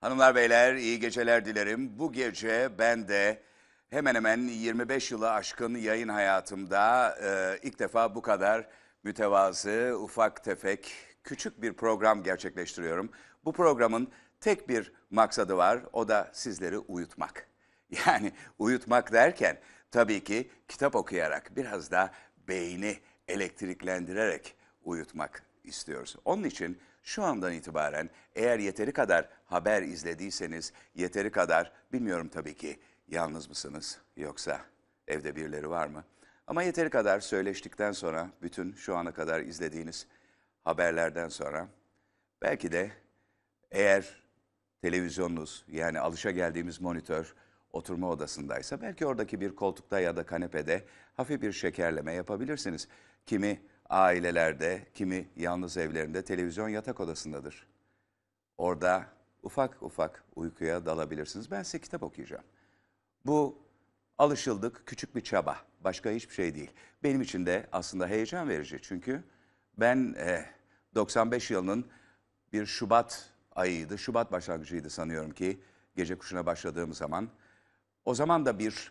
Hanımlar beyler iyi geceler dilerim. Bu gece ben de hemen hemen 25 yılı aşkın yayın hayatımda ilk defa bu kadar mütevazı, ufak tefek, küçük bir program gerçekleştiriyorum. Bu programın tek bir maksadı var, o da sizleri uyutmak. Yani uyutmak derken tabii ki kitap okuyarak, biraz da beyni elektriklendirerek uyutmak istiyoruz. Onun için şu andan itibaren eğer yeteri kadar haber izlediyseniz, yeteri kadar, bilmiyorum tabii ki yalnız mısınız yoksa evde birileri var mı? Ama yeteri kadar söyleştikten sonra, bütün şu ana kadar izlediğiniz haberlerden sonra, belki de eğer televizyonunuz yani alışageldiğimiz monitör oturma odasındaysa belki oradaki bir koltukta ya da kanepede hafif bir şekerleme yapabilirsiniz. Kimi ailelerde, kimi yalnız evlerinde televizyon yatak odasındadır. Orada ufak ufak uykuya dalabilirsiniz. Ben size kitap okuyacağım. Bu alışıldık küçük bir çaba. Başka hiçbir şey değil. Benim için de aslında heyecan verici. Çünkü ben 95 yılının bir Şubat ayıydı. Şubat başlangıcıydı sanıyorum ki Gece Kuşu'na başladığım zaman. O zaman da bir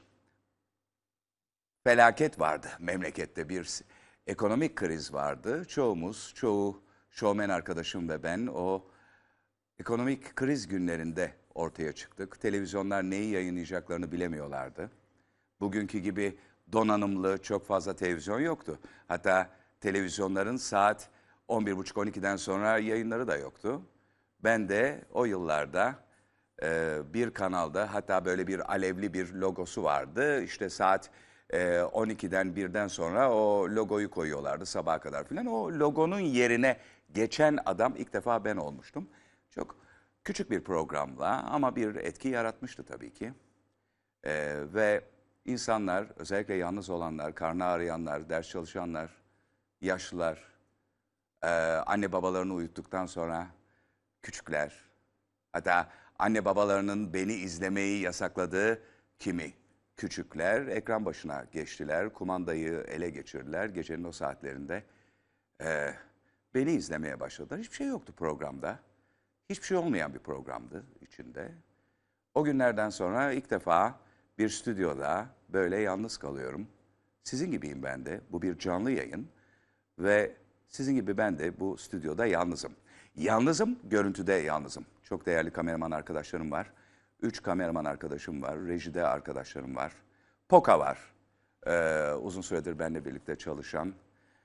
felaket vardı memlekette. Bir ekonomik kriz vardı. Çoğu şovmen arkadaşım ve ben o ekonomik kriz günlerinde ortaya çıktık. Televizyonlar neyi yayınlayacaklarını bilemiyorlardı. Bugünkü gibi donanımlı çok fazla televizyon yoktu. Hatta televizyonların saat 11.30-12'den sonra yayınları da yoktu. Ben de o yıllarda bir kanalda hatta böyle bir alevli bir logosu vardı. İşte saat 12'den 1'den sonra o logoyu koyuyorlardı sabaha kadar filan. O logonun yerine geçen adam ilk defa ben olmuştum. Çok küçük bir programla ama bir etki yaratmıştı tabii ki. Ve insanlar, özellikle yalnız olanlar, karnı ağrıyanlar, ders çalışanlar, yaşlılar, anne babalarını uyuttuktan sonra küçükler, hatta anne babalarının beni izlemeyi yasakladığı kimi küçükler ekran başına geçtiler, kumandayı ele geçirdiler gecenin o saatlerinde. Beni izlemeye başladılar. Hiçbir şey yoktu programda. Hiçbir şey olmayan bir programdı içinde. O günlerden sonra ilk defa bir stüdyoda böyle yalnız kalıyorum. Sizin gibiyim ben de. Bu bir canlı yayın ve sizin gibi ben de bu stüdyoda yalnızım. Yalnızım, görüntüde yalnızım. Çok değerli kameraman arkadaşlarım var. 3 kameraman arkadaşım var. Rejide arkadaşlarım var. Poka var. Uzun süredir benimle birlikte çalışan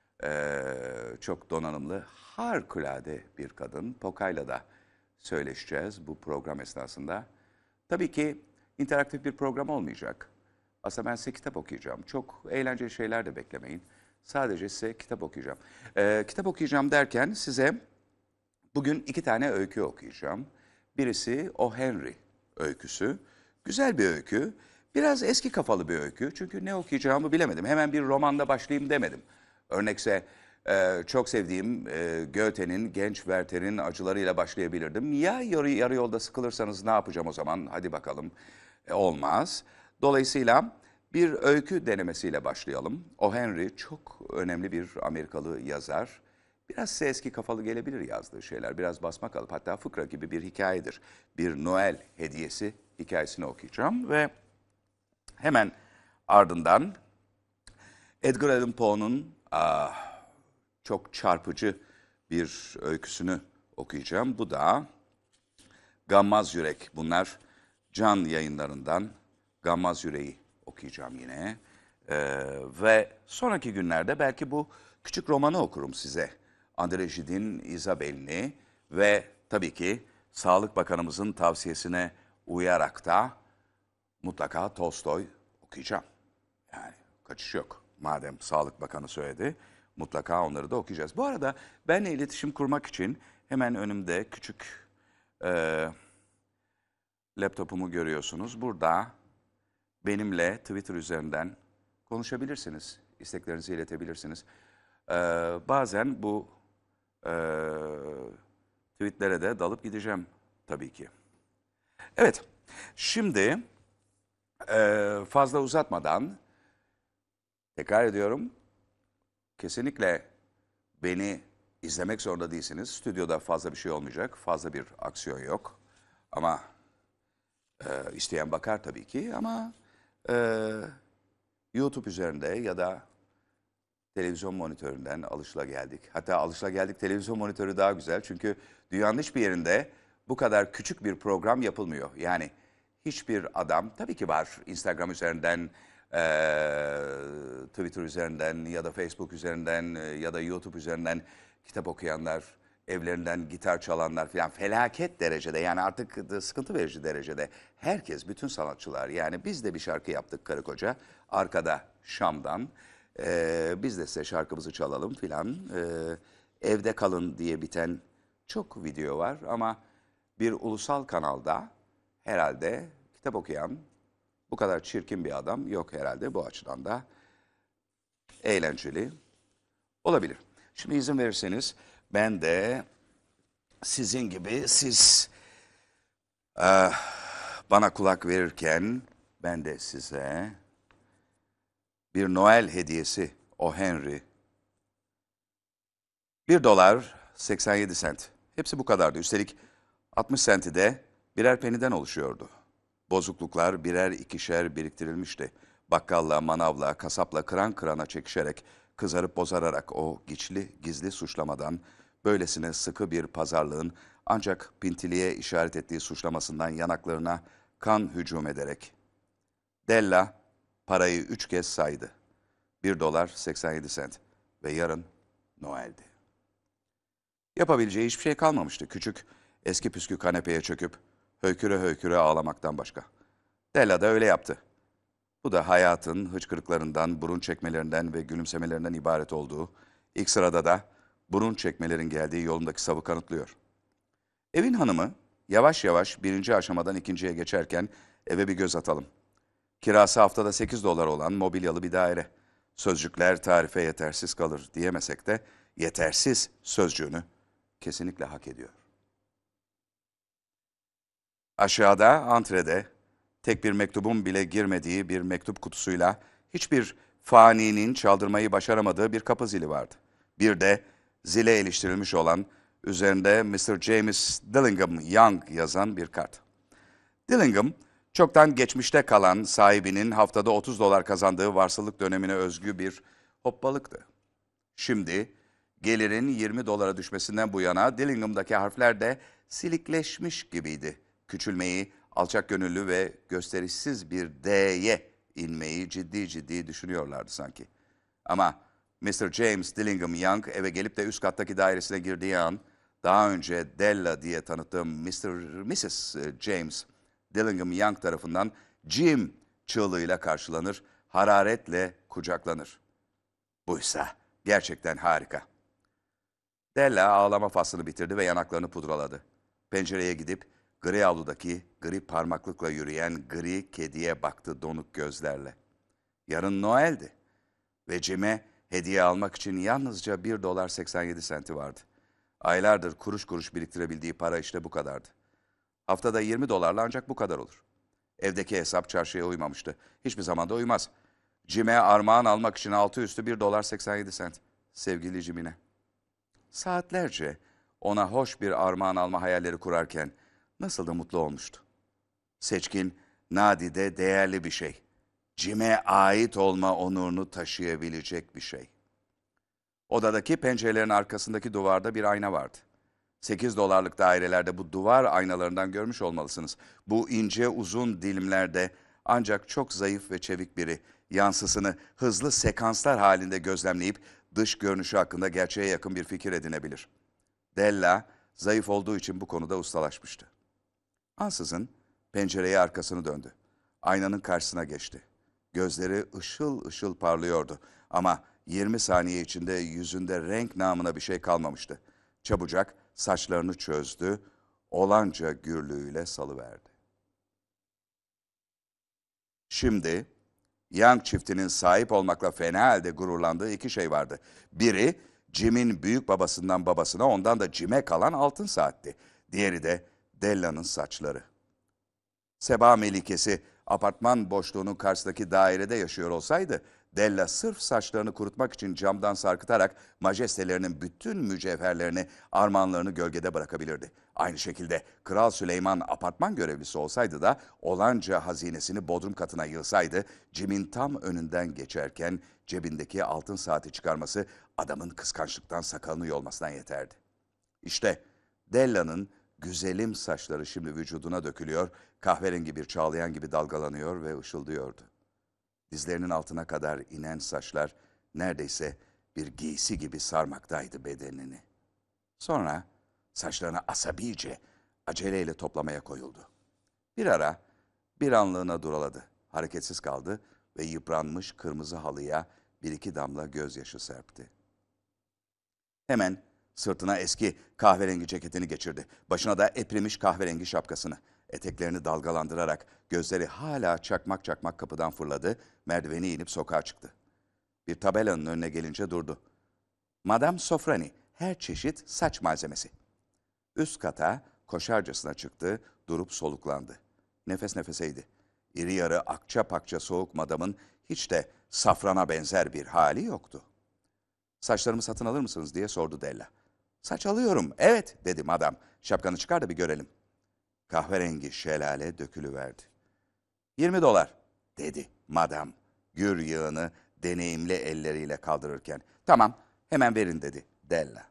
çok donanımlı, harikulade bir kadın. Poka'yla da söyleşeceğiz bu program esnasında. Tabii ki interaktif bir program olmayacak. Aslında ben size kitap okuyacağım. Çok eğlenceli şeyler de beklemeyin. Sadece size kitap okuyacağım. Kitap okuyacağım derken size bugün 2 tane öykü okuyacağım. Birisi O. Henry öyküsü. Güzel bir öykü. Biraz eski kafalı bir öykü. Çünkü ne okuyacağımı bilemedim. Hemen bir romanda başlayayım demedim. Örnekse çok sevdiğim Goethe'nin Genç Werther'in acılarıyla başlayabilirdim. Ya yarı yolda sıkılırsanız ne yapacağım o zaman? Hadi bakalım. Olmaz. Dolayısıyla bir öykü denemesiyle başlayalım. O. Henry çok önemli bir Amerikalı yazar. Biraz size eski kafalı gelebilir yazdığı şeyler. Biraz basma kalıp hatta fıkra gibi bir hikayedir. Bir Noel hediyesi hikayesini okuyacağım ve hemen ardından Edgar Allan Poe'nun çok çarpıcı bir öyküsünü okuyacağım. Bu da Gammaz Yürek. Bunlar Can Yayınlarından Gammaz Yüreği okuyacağım yine. Ve sonraki günlerde belki bu küçük romanı okurum size. André Gide'in İzabel'ini ve tabii ki Sağlık Bakanımızın tavsiyesine uyarak da mutlaka Tolstoy okuyacağım. Yani kaçış yok. Madem Sağlık Bakanı söyledi, mutlaka onları da okuyacağız. Bu arada benimle iletişim kurmak için hemen önümde küçük laptopumu görüyorsunuz. Burada benimle Twitter üzerinden konuşabilirsiniz. İsteklerinizi iletebilirsiniz. Bazen bu tweetlere de dalıp gideceğim tabii ki. Evet, şimdi fazla uzatmadan tekrar ediyorum. Kesinlikle beni izlemek zorunda değilsiniz. Stüdyoda fazla bir şey olmayacak. Fazla bir aksiyon yok. Ama isteyen bakar tabii ki ama e, YouTube üzerinde ya da televizyon monitöründen alışılageldik. Hatta alışılageldik televizyon monitörü daha güzel. Çünkü dünyanın hiçbir yerinde bu kadar küçük bir program yapılmıyor. Yani hiçbir adam, tabii ki var Instagram üzerinden, Twitter üzerinden ya da Facebook üzerinden ya da YouTube üzerinden kitap okuyanlar, evlerinden gitar çalanlar falan felaket derecede, yani artık da sıkıntı verici derecede. Herkes, bütün sanatçılar, yani biz de bir şarkı yaptık karı koca arkada Şam'dan. Biz de size şarkımızı çalalım filan. Evde kalın diye biten çok video var ama bir ulusal kanalda herhalde kitap okuyan bu kadar çirkin bir adam yok herhalde. Bu açıdan da eğlenceli olabilir. Şimdi izin verirseniz ben de sizin gibi, siz bana kulak verirken ben de size bir Noel hediyesi, O Henry. 1 dolar 87 sent. Hepsi bu kadardı. Üstelik 60 senti de birer peniden oluşuyordu. Bozukluklar birer ikişer biriktirilmişti. Bakkalla, manavla, kasapla kıran kırana çekişerek, kızarıp bozararak o gizli suçlamadan, böylesine sıkı bir pazarlığın ancak pintiliğe işaret ettiği suçlamasından yanaklarına kan hücum ederek. Della parayı 3 kez saydı. 1 dolar 87 sent ve yarın Noel'di. Yapabileceği hiçbir şey kalmamıştı küçük, eski püskü kanepeye çöküp höyküre höyküre ağlamaktan başka. Della da öyle yaptı. Bu da hayatın hıçkırıklarından, burun çekmelerinden ve gülümsemelerinden ibaret olduğu, ilk sırada da burun çekmelerin geldiği yolundaki savı kanıtlıyor. Evin hanımı yavaş yavaş birinci aşamadan ikinciye geçerken eve bir göz atalım. Kirası haftada 8 dolar olan mobilyalı bir daire. Sözcükler tarife yetersiz kalır diyemesek de yetersiz sözcüğünü kesinlikle hak ediyor. Aşağıda antrede tek bir mektubun bile girmediği bir mektup kutusuyla hiçbir faninin çaldırmayı başaramadığı bir kapı zili vardı. Bir de zile iliştirilmiş olan, üzerinde Mr. James Dillingham Young yazan bir kart. Dillingham, çoktan geçmişte kalan sahibinin haftada 30 dolar kazandığı varsılık dönemine özgü bir hoppalıktı. Şimdi gelirin 20 dolara düşmesinden bu yana Dillingham'daki harfler de silikleşmiş gibiydi. Küçülmeyi, alçak gönüllü ve gösterişsiz bir D'ye inmeyi ciddi düşünüyorlardı sanki. Ama Mr. James Dillingham Young eve gelip de üst kattaki dairesine girdiği an, daha önce Della diye tanıttığım Mrs. James Dillingham Young tarafından Jim çığlığıyla karşılanır, hararetle kucaklanır. Buysa gerçekten harika. Della ağlama faslını bitirdi ve yanaklarını pudraladı. Pencereye gidip gri avludaki gri parmaklıkla yürüyen gri kediye baktı donuk gözlerle. Yarın Noel'di ve Jim'e hediye almak için yalnızca 1 dolar 87 senti vardı. Aylardır kuruş kuruş biriktirebildiği para işte bu kadardı. Haftada 20 dolarla ancak bu kadar olur. Evdeki hesap çarşıya uymamıştı. Hiçbir zaman da uymaz. Jim'e armağan almak için altı üstü 1 dolar 87 sent. Sevgili Jim'ine. Saatlerce ona hoş bir armağan alma hayalleri kurarken nasıl da mutlu olmuştu. Seçkin, nadide, değerli bir şey. Jim'e ait olma onurunu taşıyabilecek bir şey. Odadaki pencerelerin arkasındaki duvarda bir ayna vardı. 8 dolarlık dairelerde bu duvar aynalarından görmüş olmalısınız. Bu ince uzun dilimlerde ancak çok zayıf ve çevik biri yansısını hızlı sekanslar halinde gözlemleyip dış görünüşü hakkında gerçeğe yakın bir fikir edinebilir. Della zayıf olduğu için bu konuda ustalaşmıştı. Ansızın pencereye arkasını döndü. Aynanın karşısına geçti. Gözleri ışıl ışıl parlıyordu ama 20 saniye içinde yüzünde renk namına bir şey kalmamıştı. Çabucak saçlarını çözdü, olanca gürlüğüyle salıverdi. Şimdi Young çiftinin sahip olmakla fena halde gururlandığı iki şey vardı. Biri Jim'in büyük babasından babasına, ondan da Jim'e kalan altın saatti. Diğeri de Della'nın saçları. Seba Melikesi apartman boşluğunun karşısındaki dairede yaşıyor olsaydı, Della sırf saçlarını kurutmak için camdan sarkıtarak majestelerinin bütün mücevherlerini, armağanlarını gölgede bırakabilirdi. Aynı şekilde Kral Süleyman apartman görevlisi olsaydı da olanca hazinesini bodrum katına yığsaydı, Jim'in tam önünden geçerken cebindeki altın saati çıkarması adamın kıskançlıktan sakalını yolmasına yeterdi. İşte Della'nın güzelim saçları şimdi vücuduna dökülüyor, kahverengi bir çağlayan gibi dalgalanıyor ve ışıldıyordu. Dizlerinin altına kadar inen saçlar neredeyse bir giysi gibi sarmaktaydı bedenini. Sonra saçlarını asabice, aceleyle toplamaya koyuldu. Bir ara bir anlığına duraladı, hareketsiz kaldı ve yıpranmış kırmızı halıya bir iki damla gözyaşı serpti. Hemen sırtına eski kahverengi ceketini geçirdi. Başına da eprimiş kahverengi şapkasını. Eteklerini dalgalandırarak gözleri hala çakmak çakmak kapıdan fırladı, merdiveni inip sokağa çıktı. Bir tabelanın önüne gelince durdu. Madame Sofrani, her çeşit saç malzemesi. Üst kata koşarcasına çıktı, durup soluklandı. Nefes nefeseydi. İri yarı akça pakça soğuk madamın hiç de safrana benzer bir hali yoktu. Saçlarımı satın alır mısınız diye sordu Della. Saç alıyorum, evet dedi madam. Şapkanı çıkar da bir görelim. Kahverengi şelale dökülüverdi. 20 dolar dedi madam gür yığını deneyimli elleriyle kaldırırken. Tamam hemen verin dedi Della.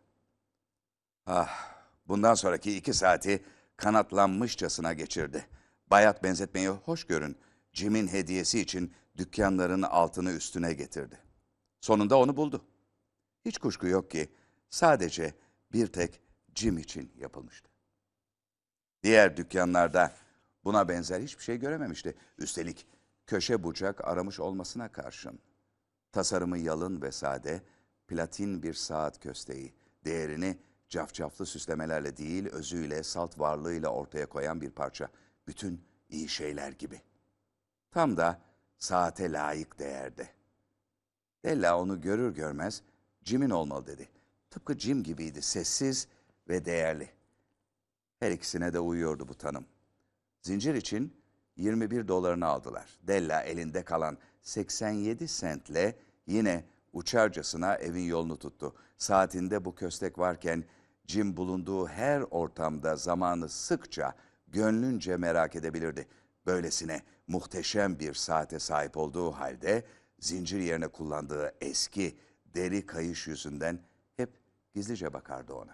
Ah, bundan sonraki 2 saati kanatlanmışçasına geçirdi. Bayat benzetmeyi hoş görün. Jim'in hediyesi için dükkanların altını üstüne getirdi. Sonunda onu buldu. Hiç kuşku yok ki sadece bir tek Jim için yapılmıştı. Diğer dükkanlarda buna benzer hiçbir şey görememişti. Üstelik köşe bucak aramış olmasına karşın. Tasarımı yalın ve sade, platin bir saat kösteği, değerini cafcaflı süslemelerle değil, özüyle, salt varlığıyla ortaya koyan bir parça. Bütün iyi şeyler gibi. Tam da saate layık değerde. Della onu görür görmez Jim'in olmalı dedi. Tıpkı Jim gibiydi, sessiz ve değerli. Her ikisine de uyuyordu bu tanım. Zincir için 21 dolarını aldılar. Della elinde kalan 87 sentle yine uçarcasına evin yolunu tuttu. Saatinde bu köstek varken Jim bulunduğu her ortamda zamanı sıkça, gönlünce merak edebilirdi. Böylesine muhteşem bir saate sahip olduğu halde zincir yerine kullandığı eski deri kayış yüzünden hep gizlice bakardı ona.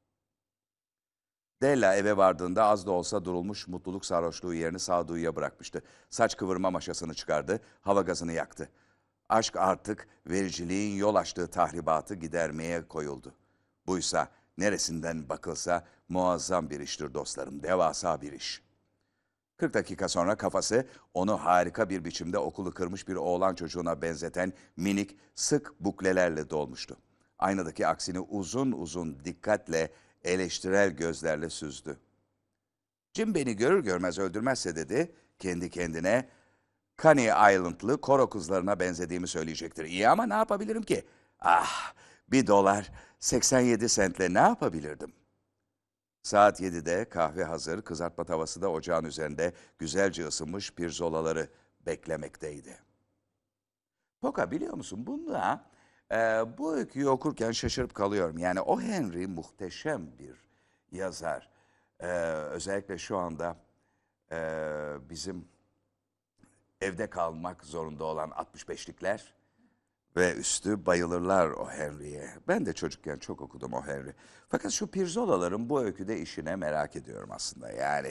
Della eve vardığında az da olsa durulmuş mutluluk sarhoşluğu yerini sağduyuya bırakmıştı. Saç kıvırma maşasını çıkardı, hava gazını yaktı. Aşk artık vericiliğin yol açtığı tahribatı gidermeye koyuldu. Buysa neresinden bakılsa muazzam bir iştir dostlarım, devasa bir iş. 40 dakika sonra kafası onu harika bir biçimde okulu kırmış bir oğlan çocuğuna benzeten minik, sık buklelerle dolmuştu. Aynadaki aksini uzun uzun dikkatle, eleştirel gözlerle süzdü. Jim beni görür görmez öldürmezse dedi, kendi kendine, Coney Island'lı koro kızlarına benzediğimi söyleyecektir. İyi ama ne yapabilirim ki? Ah, 1 dolar 87 sentle ne yapabilirdim? Saat 7'de kahve hazır, kızartma tavası da ocağın üzerinde güzelce ısınmış pirzolaları beklemekteydi. Poka biliyor musun bunda bu öyküyü okurken şaşırıp kalıyorum. Yani o Henry muhteşem bir yazar. Özellikle şu anda bizim evde kalmak zorunda olan 65'likler ve üstü bayılırlar o Henry'e. Ben de çocukken çok okudum o Henry. Fakat şu pirzolaların bu öyküde işine merak ediyorum aslında. Yani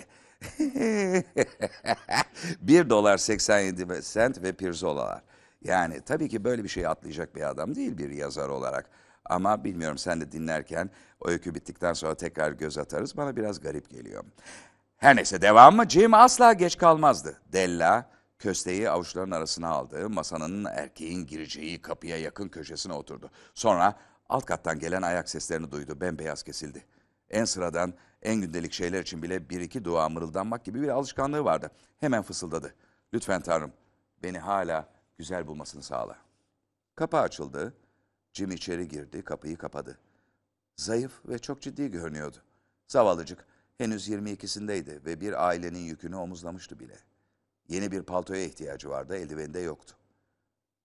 1 dolar 87 sent ve pirzolalar. Yani tabii ki böyle bir şey atlayacak bir adam değil bir yazar olarak. Ama bilmiyorum sen de dinlerken o öykü bittikten sonra tekrar göz atarız. Bana biraz garip geliyor. Her neyse devam mı? Jim asla geç kalmazdı. Della kösteği avuçlarının arasına aldı. Masanın erkeğin gireceği kapıya yakın köşesine oturdu. Sonra alt kattan gelen ayak seslerini duydu. Bembeyaz kesildi. En sıradan, en gündelik şeyler için bile bir iki dua mırıldanmak gibi bir alışkanlığı vardı. Hemen fısıldadı. Lütfen Tanrım, beni hala güzel bulmasını sağla. Kapı açıldı. Jim içeri girdi, kapıyı kapadı. Zayıf ve çok ciddi görünüyordu. Zavallıcık henüz 22'sindeydi ve bir ailenin yükünü omuzlamıştı bile. Yeni bir paltoya ihtiyacı vardı, eldiveni de yoktu.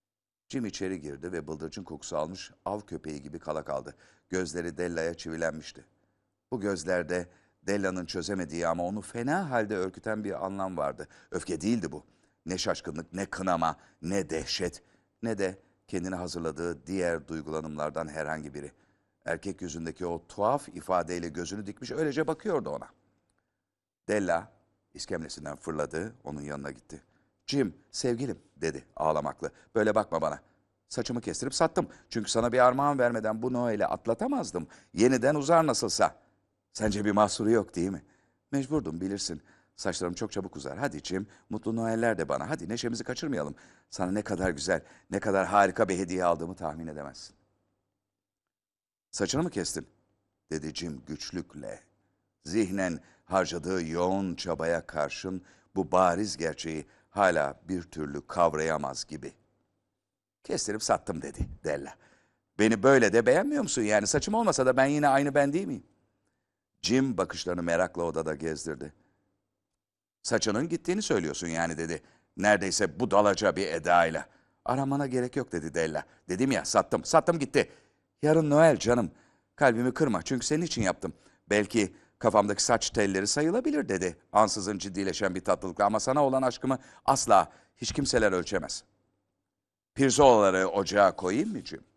Jim içeri girdi ve bıldırcın kokusu almış av köpeği gibi kala kaldı. Gözleri Della'ya çivilenmişti. Bu gözlerde Della'nın çözemediği ama onu fena halde ürküten bir anlam vardı. Öfke değildi bu. Ne şaşkınlık, ne kınama, ne dehşet, ne de kendini hazırladığı diğer duygulanımlardan herhangi biri. Erkek yüzündeki o tuhaf ifadeyle gözünü dikmiş öylece bakıyordu ona. Della iskemlesinden fırladı, onun yanına gitti. Jim, sevgilim dedi ağlamaklı. Böyle bakma bana. Saçımı kestirip sattım. Çünkü sana bir armağan vermeden bu Noel'i atlatamazdım. Yeniden uzar nasılsa. Sence bir mahsuru yok değil mi? Mecburdum bilirsin. Saçlarım çok çabuk uzar. Hadi Jim, mutlu Noel'ler de bana. Hadi neşemizi kaçırmayalım. Sana ne kadar güzel, ne kadar harika bir hediye aldığımı tahmin edemezsin. Saçını mı kestin? Dedi Jim güçlükle. Zihnen harcadığı yoğun çabaya karşın bu bariz gerçeği hala bir türlü kavrayamaz gibi. Kestirip sattım dedi Della. Beni böyle de beğenmiyor musun? Yani saçım olmasa da ben yine aynı ben değil miyim? Jim bakışlarını merakla odada gezdirdi. Saçının gittiğini söylüyorsun yani dedi. Neredeyse budalaca bir edayla. Aramana gerek yok dedi Della. Dedim ya sattım, sattım gitti. Yarın Noel canım. Kalbimi kırma çünkü senin için yaptım. Belki kafamdaki saç telleri sayılabilir dedi. Ansızın ciddileşen bir tatlılıkla ama sana olan aşkımı asla hiç kimseler ölçemez. Pirzolaları ocağa koyayım mı Jim?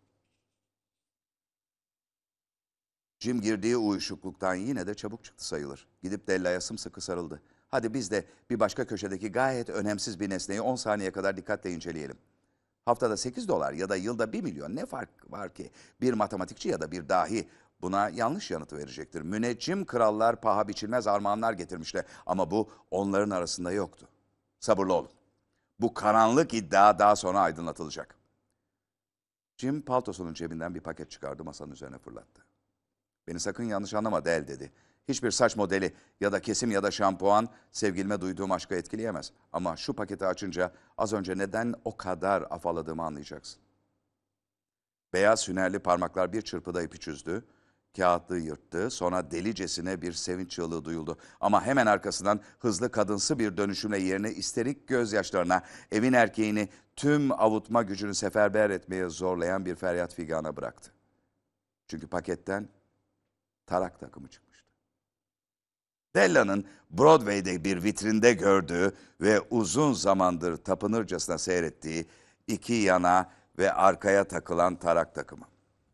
Jim girdiği uyuşukluktan yine de çabuk çıktı sayılır. Gidip Della'ya sımsıkı sarıldı. Hadi biz de bir başka köşedeki gayet önemsiz bir nesneyi 10 saniye kadar dikkatle inceleyelim. Haftada $8 ya da yılda 1 milyon ne fark var ki? Bir matematikçi ya da bir dahi buna yanlış yanıtı verecektir. Müneccim krallar paha biçilmez armağanlar getirmişler ama bu onların arasında yoktu. Sabırlı olun. Bu karanlık iddia daha sonra aydınlatılacak. Jim paltosunun cebinden bir paket çıkardı, masanın üzerine fırlattı. Beni sakın yanlış anlama Del dedi. Hiçbir saç modeli ya da kesim ya da şampuan sevgilime duyduğum aşkı etkileyemez. Ama şu paketi açınca az önce neden o kadar afalladığımı anlayacaksın. Beyaz hünerli parmaklar bir çırpıda ipi çözdü. Kağıtlığı yırttı. Sonra delicesine bir sevinç çığlığı duyuldu. Ama hemen arkasından hızlı kadınsı bir dönüşümle yerine isterik gözyaşlarına evin erkeğini tüm avutma gücünü seferber etmeye zorlayan bir feryat figana bıraktı. Çünkü paketten tarak takımı çıkmıştı. Della'nın Broadway'de bir vitrinde gördüğü ve uzun zamandır tapınırcasına seyrettiği iki yana ve arkaya takılan tarak takımı.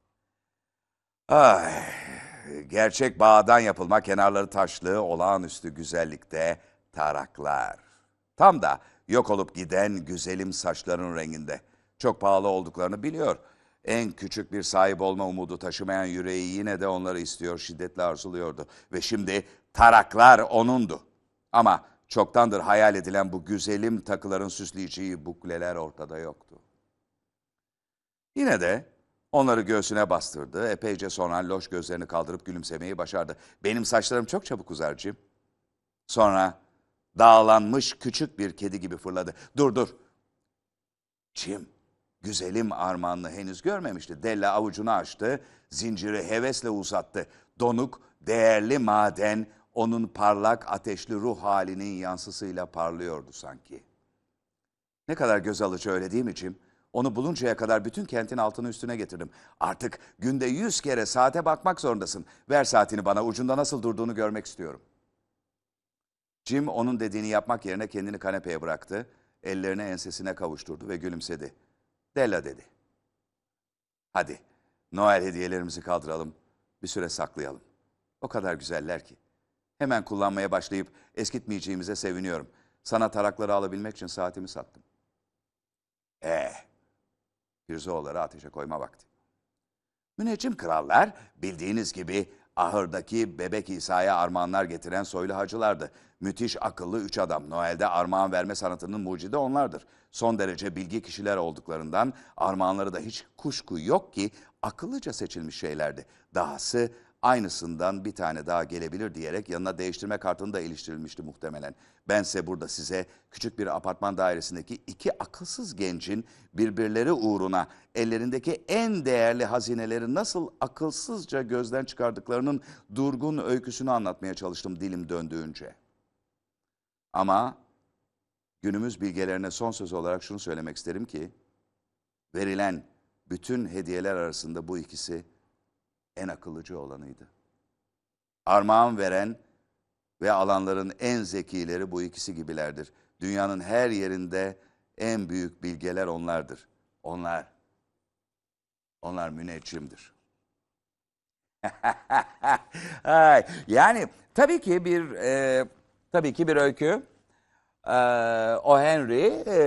Ay, gerçek bağdan yapılma, kenarları taşlı, olağanüstü güzellikte taraklar. Tam da yok olup giden güzelim saçların renginde. Çok pahalı olduklarını biliyor. En küçük bir sahip olma umudu taşımayan yüreği yine de onları istiyor, şiddetle arzuluyordu. Ve şimdi taraklar onundu. Ama çoktandır hayal edilen bu güzelim takıların süsleyeceği bukleler ortada yoktu. Yine de onları göğsüne bastırdı. Epeyce sonra loş gözlerini kaldırıp gülümsemeyi başardı. Benim saçlarım çok çabuk uzar Jim. Sonra dağlanmış küçük bir kedi gibi fırladı. Dur dur. Jim, güzelim armağanını henüz görmemişti. Della avucunu açtı, zinciri hevesle uzattı. Donuk, değerli maden onun parlak ateşli ruh halinin yansısıyla parlıyordu sanki. Ne kadar göz alıcı öyle değil mi Jim? Onu buluncaya kadar bütün kentin altını üstüne getirdim. Artık günde 100 kere saate bakmak zorundasın. Ver saatini bana, ucunda nasıl durduğunu görmek istiyorum. Jim onun dediğini yapmak yerine kendini kanepeye bıraktı. Ellerini ensesine kavuşturdu ve gülümsedi. Della dedi. Hadi Noel hediyelerimizi kaldıralım, bir süre saklayalım. O kadar güzeller ki. Hemen kullanmaya başlayıp eskitmeyeceğimize seviniyorum. Sana tarakları alabilmek için saatimi sattım. Pirzolaları ateşe koyma vakti. Müneccim krallar bildiğiniz gibi ahırdaki bebek İsa'ya armağanlar getiren soylu hacılardı. Müthiş akıllı 3 adam. Noel'de armağan verme sanatının mucidi onlardır. Son derece bilgi kişiler olduklarından armağanları da hiç kuşku yok ki akıllıca seçilmiş şeylerdi. Dahası aynısından bir tane daha gelebilir diyerek yanına değiştirme kartını da iliştirilmişti muhtemelen. Bense burada size küçük bir apartman dairesindeki iki akılsız gencin birbirleri uğruna ellerindeki en değerli hazineleri nasıl akılsızca gözden çıkardıklarının durgun öyküsünü anlatmaya çalıştım dilim döndüğünce. Ama günümüz bilgelerine son söz olarak şunu söylemek isterim ki, verilen bütün hediyeler arasında bu ikisi en akıllıcı olanıydı. Armağan veren ve alanların en zekileri bu ikisi gibilerdir. Dünyanın her yerinde en büyük bilgeler onlardır. Onlar müneccimdir. Ay, yani tabii ki bir öykü. O Henry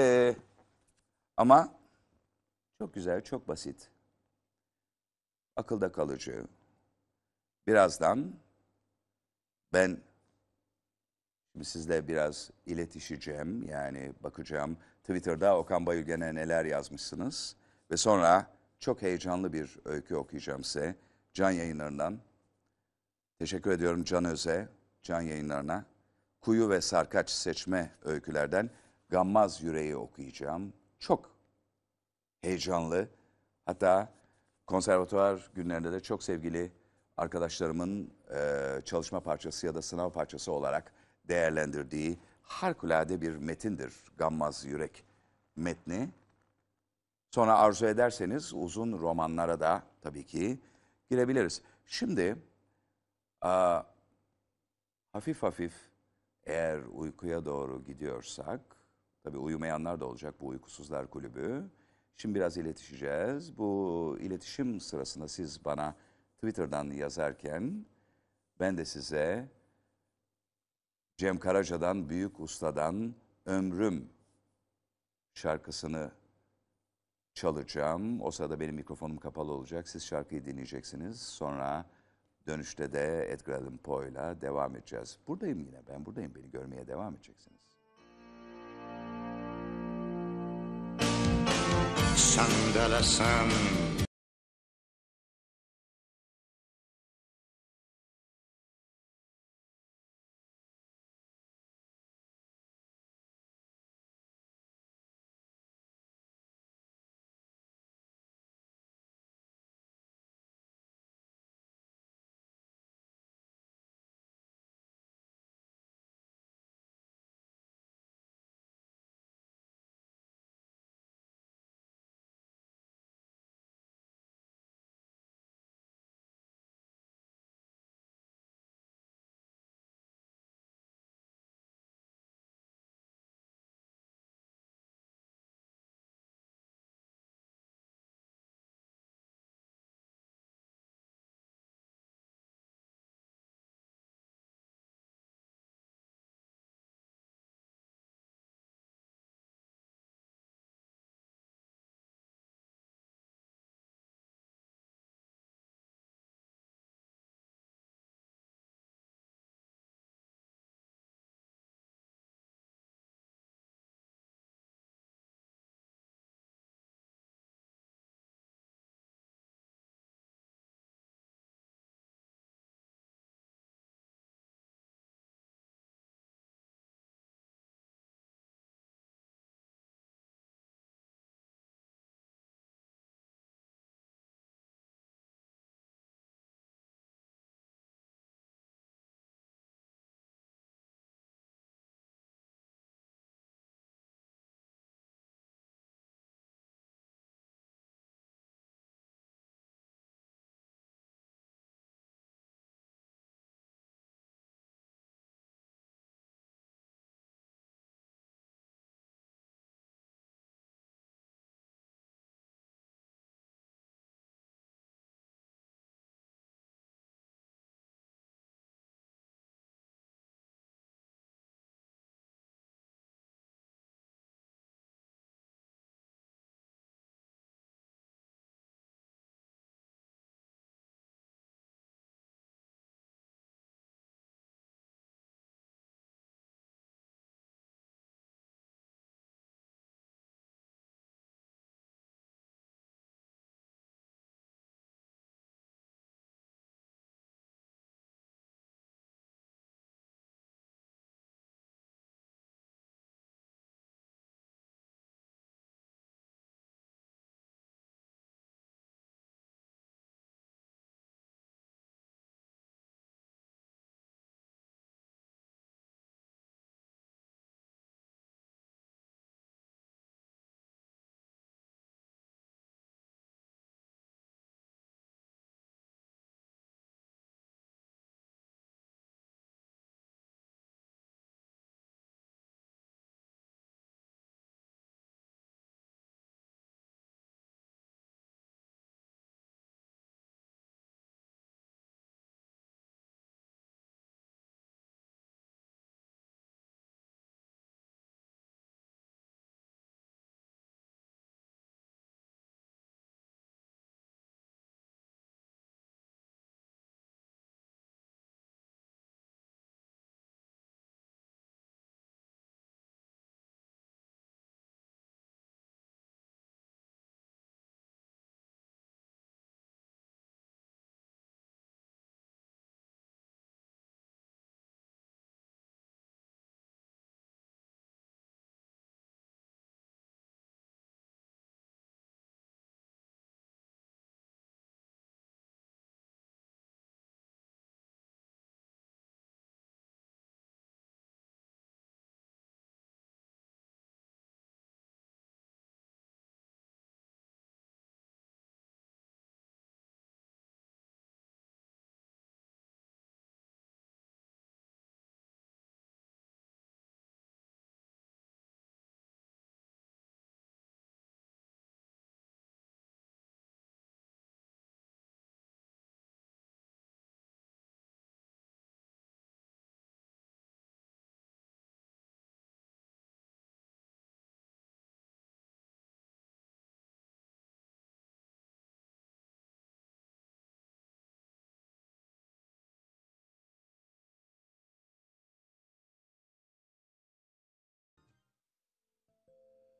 ama çok güzel, çok basit, akılda kalıcı. Birazdan ben şimdi sizle biraz iletişeceğim. Yani bakacağım Twitter'da Okan Bayülgen'e neler yazmışsınız. Ve sonra çok heyecanlı bir öykü okuyacağım size. Can Yayınları'ndan. Teşekkür ediyorum Can Öz'e, Can Yayınları'na. Kuyu ve Sarkaç seçme öykülerden Gammaz Yüreği okuyacağım. Çok heyecanlı. Hatta konservatuvar günlerinde de çok sevgili arkadaşlarımın çalışma parçası ya da sınav parçası olarak değerlendirdiği harikulade bir metindir Gammaz Yürek metni. Sonra arzu ederseniz uzun romanlara da tabii ki girebiliriz. Şimdi hafif hafif eğer uykuya doğru gidiyorsak, tabii uyumayanlar da olacak bu Uykusuzlar Kulübü. Şimdi biraz iletişeceğiz. Bu iletişim sırasında siz bana Twitter'dan yazarken ben de size Cem Karaca'dan, Büyük Usta'dan Ömrüm şarkısını çalacağım. O sırada benim mikrofonum kapalı olacak. Siz şarkıyı dinleyeceksiniz. Sonra dönüşte de Edgar Allan Poe'yla devam edeceğiz. Buradayım yine. Ben buradayım. Beni görmeye devam edeceksiniz. Sandalasam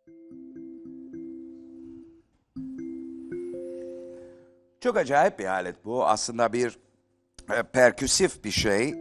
Çok acayip bir alet bu. Aslında bir perküsif bir şey.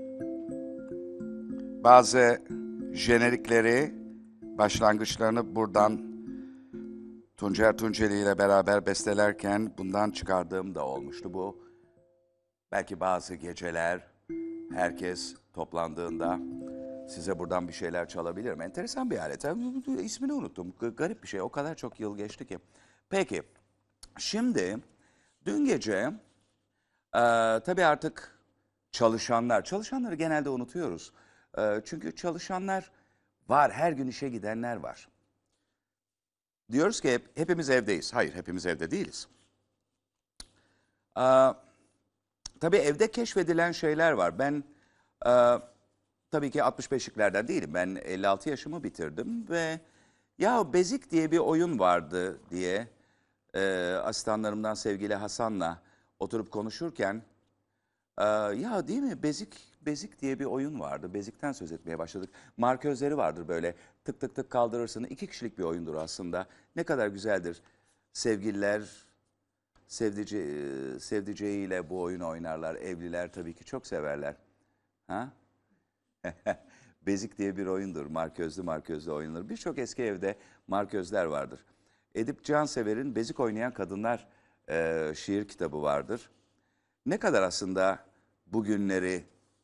Bazı jenerikleri, başlangıçlarını buradan Tuncer Tunceli ile beraber bestelerken bundan çıkardığım da olmuştu. Bu belki bazı geceler herkes toplandığında size buradan bir şeyler çalabilirim. Enteresan bir alet. İsmini unuttum. Garip bir şey. O kadar çok yıl geçti ki. Peki. Şimdi dün gece tabii artık çalışanları genelde unutuyoruz. Çünkü çalışanlar var, her gün işe gidenler var. Diyoruz ki hepimiz evdeyiz. Hayır, hepimiz evde değiliz. Tabii evde keşfedilen şeyler var. Ben tabii ki 65'liklerden değilim. Ben 56 yaşımı bitirdim ve ya Bezik diye bir oyun vardı diye asistanlarımdan sevgili Hasan'la oturup konuşurken ya değil mi Bezik diye bir oyun vardı. Bezik'ten söz etmeye başladık. Marközleri vardır böyle tık tık tık kaldırırsın. 2 kişilik bir oyundur aslında. Ne kadar güzeldir. Sevgililer sevdiceğiyle bu oyunu oynarlar. Evliler tabii ki çok severler. Ha? Bezik diye bir oyundur. Marközlü oynanır. Birçok eski evde marközler vardır. Edip Cansever'in Bezik Oynayan Kadınlar şiir kitabı vardır. Ne kadar aslında bugünleri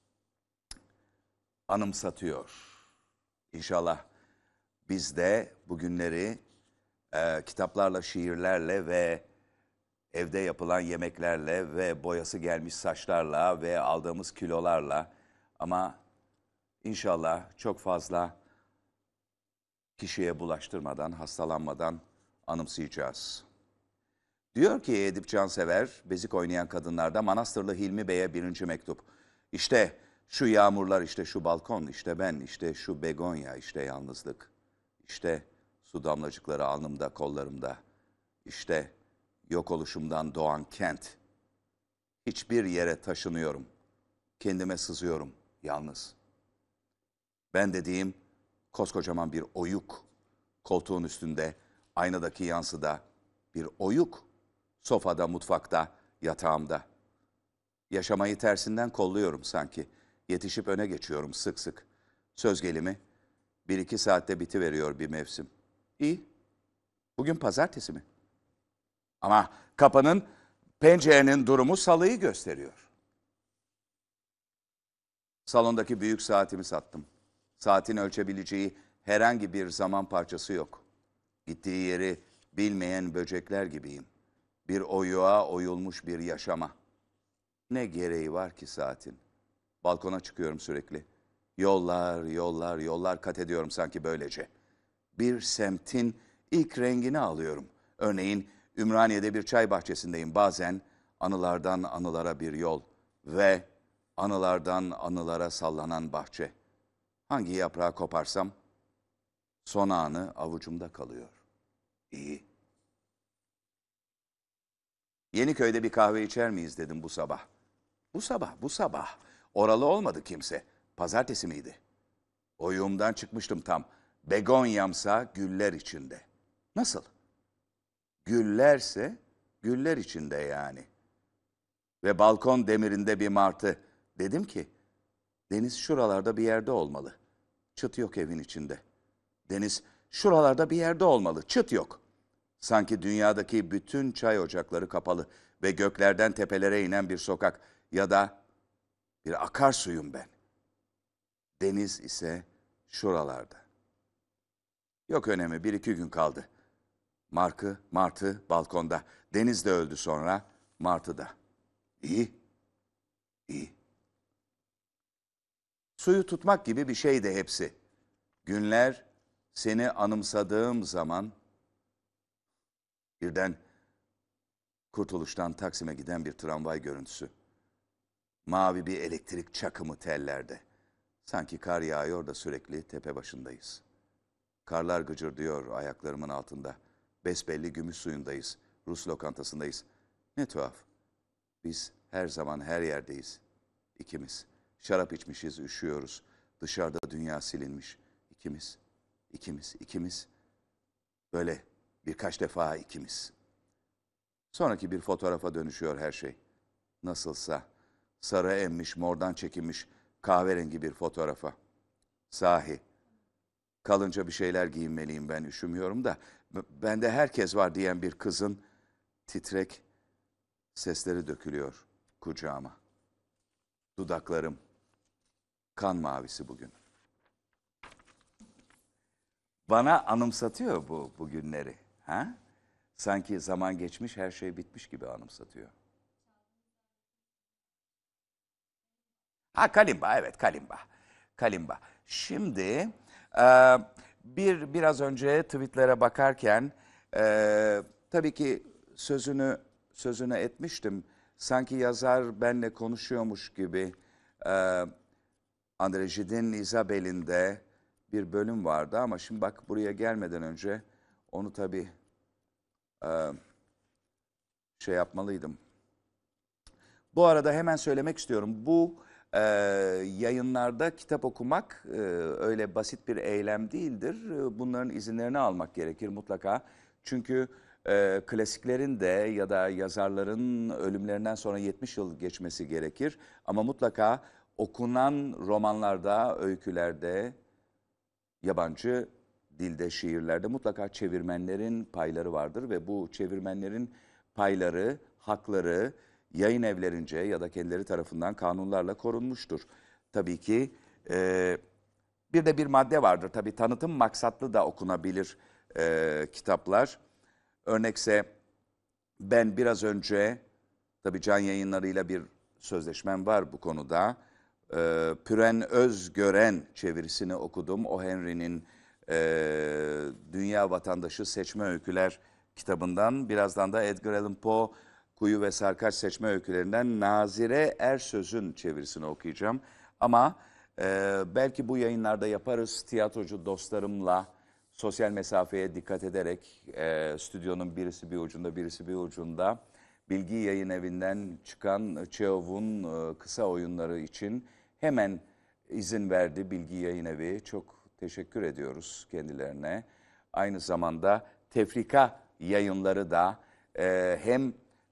anımsatıyor. İnşallah biz de bugünleri kitaplarla, şiirlerle ve evde yapılan yemeklerle ve boyası gelmiş saçlarla ve aldığımız kilolarla ama İnşallah çok fazla kişiye bulaştırmadan, hastalanmadan anımsayacağız. Diyor ki Edip Cansever, Bezik Oynayan Kadınlar'da Manastırlı Hilmi Bey'e 1. mektup. İşte şu yağmurlar, işte şu balkon, işte ben, işte şu begonya, işte yalnızlık. İşte su damlacıkları alnımda, kollarımda. İşte yok oluşumdan doğan kent. Hiçbir yere taşınıyorum. Kendime sızıyorum, yalnız. Ben dediğim koskocaman bir oyuk. Koltuğun üstünde, aynadaki yansıda bir oyuk. Sofada, mutfakta, yatağımda. Yaşamayı tersinden kolluyorum sanki. Yetişip öne geçiyorum sık sık. Söz gelimi 1-2 saatte bitiveriyor bir mevsim. İyi. Bugün pazartesi mi? Ama kapının, pencerenin durumu salıyı gösteriyor. Salondaki büyük saatimi sattım. Saatin ölçebileceği herhangi bir zaman parçası yok. Gittiği yeri bilmeyen böcekler gibiyim. Bir oyuğa oyulmuş bir yaşama. Ne gereği var ki saatin? Balkona çıkıyorum sürekli. Yollar, yollar, yollar kat ediyorum sanki böylece. Bir semtin ilk rengini alıyorum. Örneğin Ümraniye'de bir çay bahçesindeyim. Bazen anılardan anılara bir yol ve anılardan anılara sallanan bahçe. Hangi yaprağı koparsam son anı avucumda kalıyor. İyi. Yeniköy'de bir kahve içer miyiz dedim bu sabah. Bu sabah. Oralı olmadı kimse. Pazartesi miydi? Oyuğumdan çıkmıştım tam. Begonyamsa güller içinde. Nasıl? Güllerse güller içinde yani. Ve balkon demirinde bir martı. Dedim ki deniz şuralarda bir yerde olmalı. Çıt yok evin içinde. Deniz şuralarda bir yerde olmalı. Çıt yok. Sanki dünyadaki bütün çay ocakları kapalı ve göklerden tepelere inen bir sokak ya da bir akarsuyum ben. Deniz ise şuralarda. Yok önemi 1-2 gün kaldı. Martı balkonda. Deniz de öldü sonra, Martı da. İyi, iyi. Suyu tutmak gibi bir şeydi hepsi. Günler seni anımsadığım zaman birden Kurtuluş'tan Taksim'e giden bir tramvay görüntüsü. Mavi bir elektrik çakımı tellerde. Sanki kar yağıyor da sürekli tepe başındayız. Karlar gıcırdıyor ayaklarımın altında. Besbelli gümüş suyundayız. Rus lokantasındayız. Ne tuhaf. Biz her zaman her yerdeyiz. İkimiz. Şarap içmişiz, üşüyoruz. Dışarıda dünya silinmiş. İkimiz. Böyle birkaç defa ikimiz. Sonraki bir fotoğrafa dönüşüyor her şey. Nasılsa sarı emmiş, mordan çekilmiş kahverengi bir fotoğrafa. Sahi kalınca bir şeyler giyinmeliyim ben üşümüyorum da. Bende herkes var diyen bir kızın titrek sesleri dökülüyor kucağıma. Dudaklarım kan mavisi bugün. Bana anımsatıyor bu günleri. Ha? Sanki zaman geçmiş, her şey bitmiş gibi anımsatıyor. Ha kalimba, evet kalimba. Kalimba. Şimdi e, biraz önce tweetlere bakarken tabii ki sözünü etmiştim. Sanki yazar benle konuşuyormuş gibi André Gide'nin Isabel'inde bir bölüm vardı ama şimdi bak buraya gelmeden önce onu tabii şey yapmalıydım. Bu arada hemen söylemek istiyorum. Bu yayınlarda kitap okumak öyle basit bir eylem değildir. Bunların izinlerini almak gerekir mutlaka. Çünkü klasiklerin de ya da yazarların ölümlerinden sonra 70 yıl geçmesi gerekir. Ama mutlaka okunan romanlarda, öykülerde, yabancı dilde, şiirlerde mutlaka çevirmenlerin payları vardır ve bu çevirmenlerin payları, hakları yayın evlerince ya da kendileri tarafından kanunlarla korunmuştur. Tabii ki bir de bir madde vardır. Tabii tanıtım maksatlı da okunabilir kitaplar. Örnekse ben biraz önce, tabii Can Yayınları'yla bir sözleşmem var bu konuda. Püren Özgören çevirisini okudum. O Henry'nin Dünya Vatandaşı Seçme Öyküler kitabından. Birazdan da Edgar Allan Poe Kuyu ve Sarkaç Seçme Öykülerinden Nazire Ersöz'ün çevirisini okuyacağım. Ama belki bu yayınlarda yaparız tiyatrocu dostlarımla sosyal mesafeye dikkat ederek stüdyonun birisi bir ucunda birisi bir ucunda Bilgi Yayın Evi'nden çıkan Çehov'un kısa oyunları için hemen izin verdi Bilgi Yayın Evi. Çok teşekkür ediyoruz kendilerine. Aynı zamanda Tefrika Yayınları da hem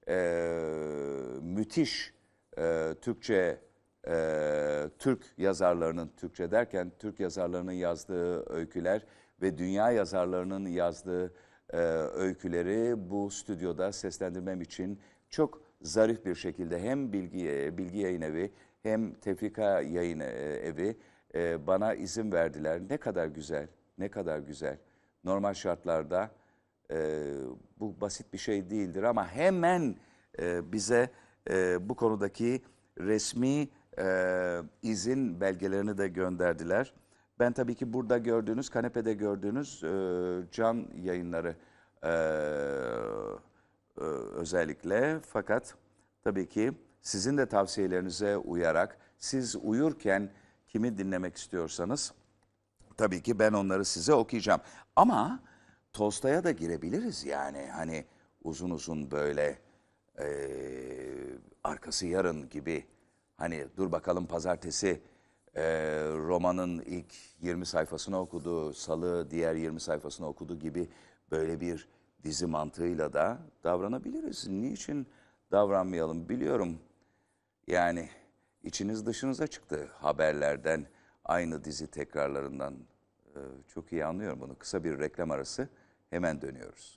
müthiş Türkçe Türk yazarlarının, Türkçe derken Türk yazarlarının yazdığı öyküler ve dünya yazarlarının yazdığı öyküleri bu stüdyoda seslendirmem için çok zarif bir şekilde hem Bilgi Yayın Evi hem Tefrika Yayın Evi bana izin verdiler. Ne kadar güzel, ne kadar güzel. Normal şartlarda bu basit bir şey değildir ama hemen bize bu konudaki resmi izin belgelerini de gönderdiler. Ben tabii ki burada gördüğünüz, kanepede gördüğünüz Can Yayınları özellikle. Fakat tabii ki sizin de tavsiyelerinize uyarak siz uyurken kimi dinlemek istiyorsanız tabii ki ben onları size okuyacağım. Ama Tolstoy'a da girebiliriz yani hani uzun uzun böyle arkası yarın gibi hani dur bakalım pazartesi romanın ilk 20 sayfasını okudu, salı diğer 20 sayfasını okudu gibi böyle bir dizi mantığıyla da davranabiliriz. Niçin davranmayalım biliyorum. Yani içiniz dışınıza çıktı haberlerden, aynı dizi tekrarlarından. Çok iyi anlıyorum bunu. Kısa bir reklam arası, hemen dönüyoruz.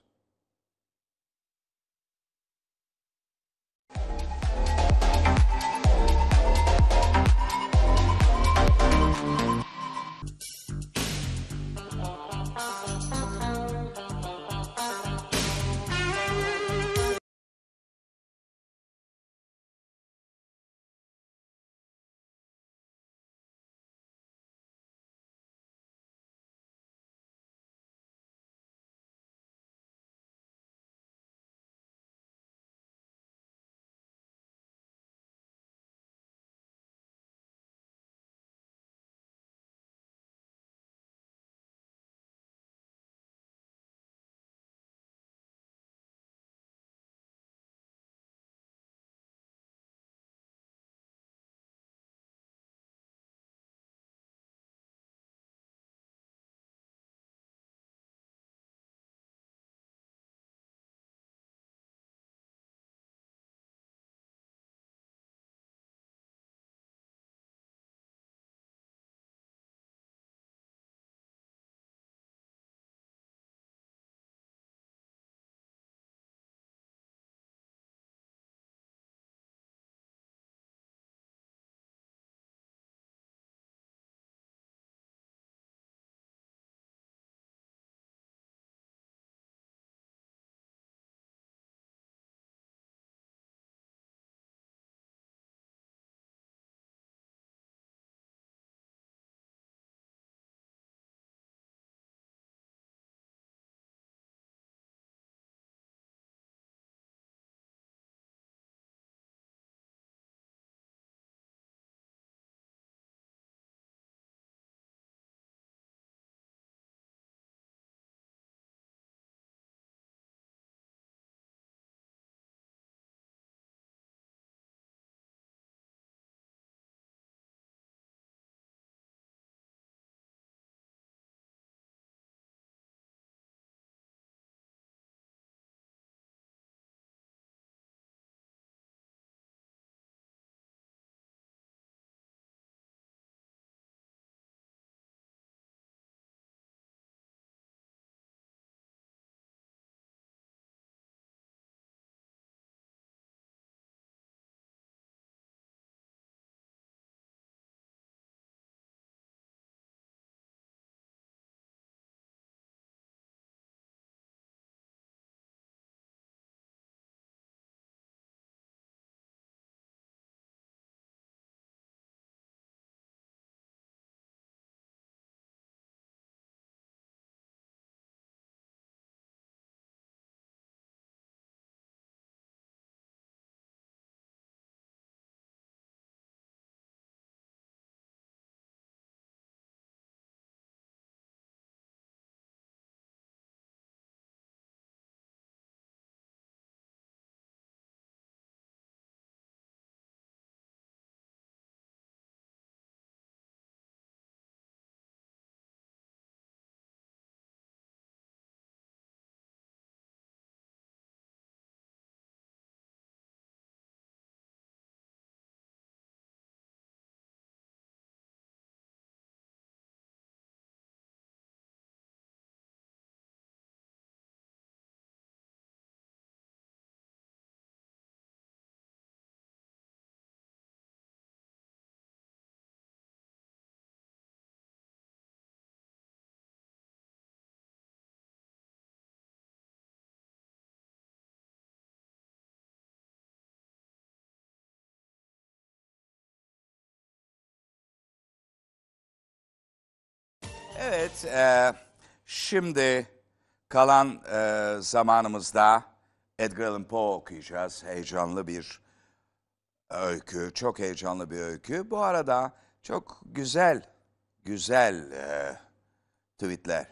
Evet, şimdi kalan zamanımızda Edgar Allan Poe okuyacağız. Heyecanlı bir öykü, çok heyecanlı bir öykü. Bu arada çok güzel tweetler.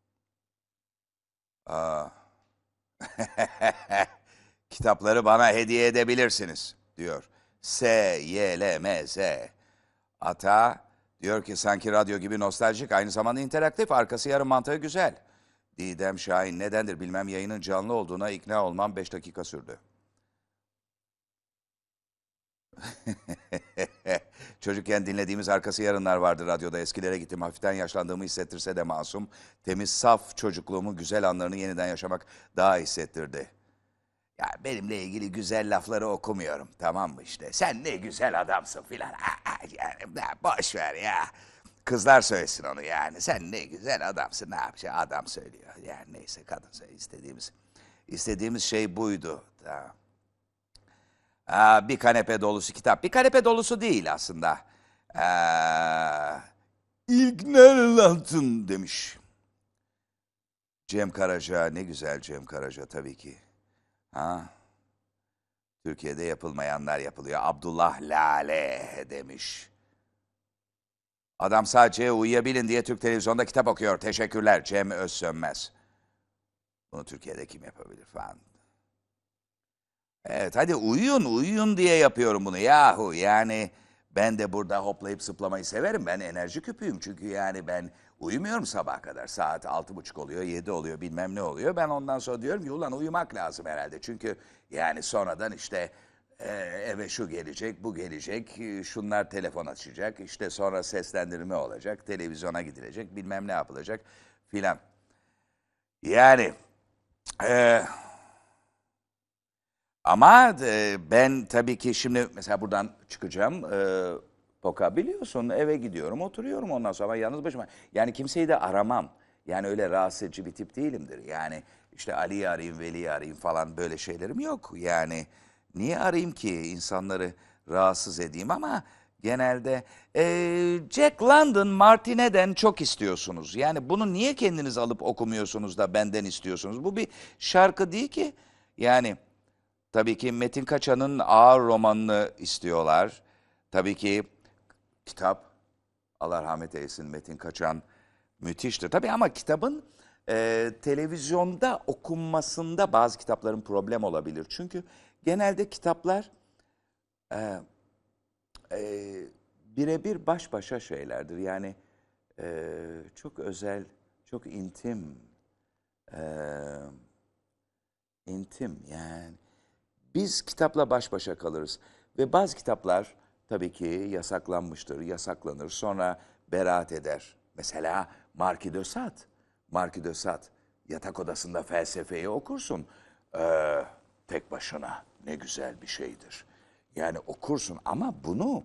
Aa, kitapları bana hediye edebilirsiniz, diyor. SYLMZ. Ata diyor ki sanki radyo gibi nostaljik, aynı zamanda interaktif, arkası yarım mantığı güzel. Didem Şahin, nedendir bilmem, yayının canlı olduğuna ikna olmam 5 dakika sürdü. Çocukken dinlediğimiz arkası yarınlar vardı radyoda. Eskilere gittim, hafiften yaşlandığımı hissettirse de masum, temiz, saf çocukluğumu, güzel anlarını yeniden yaşamak daha hissettirdi. Ya benimle ilgili güzel lafları okumuyorum, tamam mı işte? Sen ne güzel adamsın filan. Yani boş ver ya. Kızlar söylesin onu yani. Sen ne güzel adamsın, ne yapacak? Adam söylüyor. Yani neyse, kadın söylüyor. İstediğimiz şey buydu. Tamam. Bir kanepe dolusu kitap. Bir kanepe dolusu değil aslında. İlkner Lantın demiş. Cem Karaca, ne güzel Cem Karaca tabii ki. Ha? Türkiye'de yapılmayanlar yapılıyor. Abdullah Lale demiş. Adam sadece uyuyabilin diye Türk televizyonda kitap okuyor. Teşekkürler Cem Özsönmez. Bunu Türkiye'de kim yapabilir falan. Evet, hadi uyuyun diye yapıyorum bunu yahu. Yani ben de burada hoplayıp zıplamayı severim. Ben enerji küpüyüm çünkü yani ben uyumuyorum sabaha kadar. Saat 6:30 oluyor, 7 oluyor, bilmem ne oluyor. Ben ondan sonra diyorum ki ulan uyumak lazım herhalde. Çünkü yani sonradan işte eve şu gelecek, bu gelecek, şunlar telefon açacak, işte sonra seslendirme olacak, televizyona gidilecek, bilmem ne yapılacak filan. Yani ama ben tabii ki şimdi mesela buradan çıkacağım. Poka biliyorsun, eve gidiyorum, oturuyorum ondan sonra yalnız başıma. Yani kimseyi de aramam. Yani öyle rahatsız edici bir tip değilimdir. Yani işte Ali'yi arayayım, Veli'yi arayayım falan, böyle şeylerim yok. Yani niye arayayım ki insanları rahatsız edeyim, ama genelde Jack London Martine'den çok istiyorsunuz. Yani bunu niye kendiniz alıp okumuyorsunuz da benden istiyorsunuz? Bu bir şarkı değil ki. Yani tabii ki Metin Kaçan'ın ağır romanını istiyorlar. Tabii ki kitap, Allah rahmet eylesin, Metin Kaçan müthiştir. Tabii ama kitabın televizyonda okunmasında bazı kitapların problem olabilir. Çünkü genelde kitaplar birebir baş başa şeylerdir. Yani çok özel, çok e, intim yani. Biz kitapla baş başa kalırız ve bazı kitaplar tabii ki yasaklanmıştır, yasaklanır, sonra beraat eder. Mesela Marquis de Sade. Marquis de Sade, yatak odasında felsefeyi okursun tek başına, ne güzel bir şeydir. Yani okursun ama bunu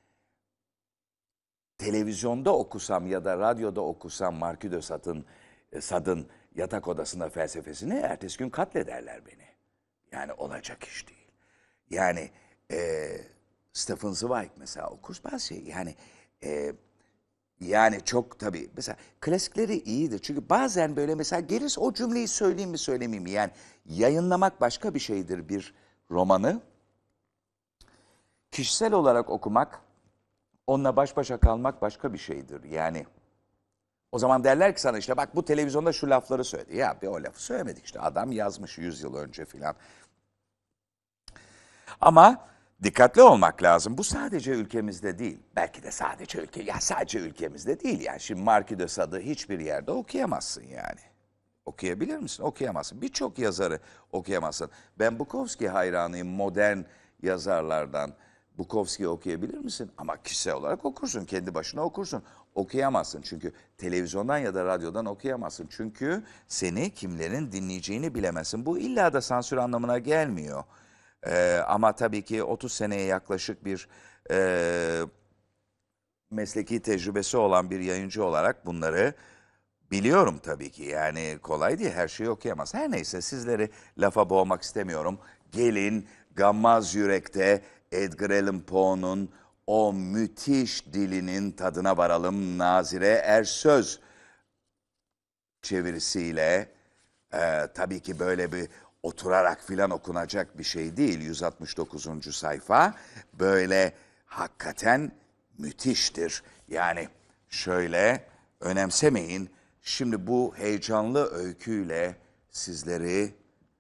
televizyonda okusam ya da radyoda okusam Marquis de Sade'ın yatak odasında felsefesini, ertesi gün katlederler beni. Yani olacak iş değil. Yani Stephen Zweig mesela okur bazı şey. Yani çok tabii mesela klasikleri iyidir. Çünkü bazen böyle mesela gelir, o cümleyi söyleyeyim mi söylemeyeyim mi? Yani yayınlamak başka bir şeydir bir romanı. Kişisel olarak okumak, onunla baş başa kalmak başka bir şeydir. Yani o zaman derler ki sana işte bak bu televizyonda şu lafları söyledi. Ya bir o lafı söylemedik işte, adam yazmış 100 yıl önce filan. Ama dikkatli olmak lazım. Bu sadece ülkemizde değil. Belki de sadece ülkemizde değil yani. Şimdi Marquis de Sade'ı hiçbir yerde okuyamazsın yani. Okuyabilir misin? Okuyamazsın. Birçok yazarı okuyamazsın. Ben Bukowski hayranıyım, modern yazarlardan. Bukowski'yi okuyabilir misin? Ama kişisel olarak okursun, kendi başına okursun. Okuyamazsın çünkü televizyondan ya da radyodan okuyamazsın. Çünkü seni kimlerin dinleyeceğini bilemezsin. Bu illa da sansür anlamına gelmiyor. Ama tabii ki 30 seneye yaklaşık bir mesleki tecrübesi olan bir yayıncı olarak bunları biliyorum tabii ki. Yani kolay değil, her şeyi okuyamaz. Her neyse, sizleri lafa boğmak istemiyorum. Gelin Gammaz Yürek'te Edgar Allan Poe'nun o müthiş dilinin tadına varalım. Nazire Ersöz çevirisiyle tabii ki böyle bir oturarak filan okunacak bir şey değil. 169. sayfa böyle hakikaten müthiştir. Yani şöyle önemsemeyin. Şimdi bu heyecanlı öyküyle sizleri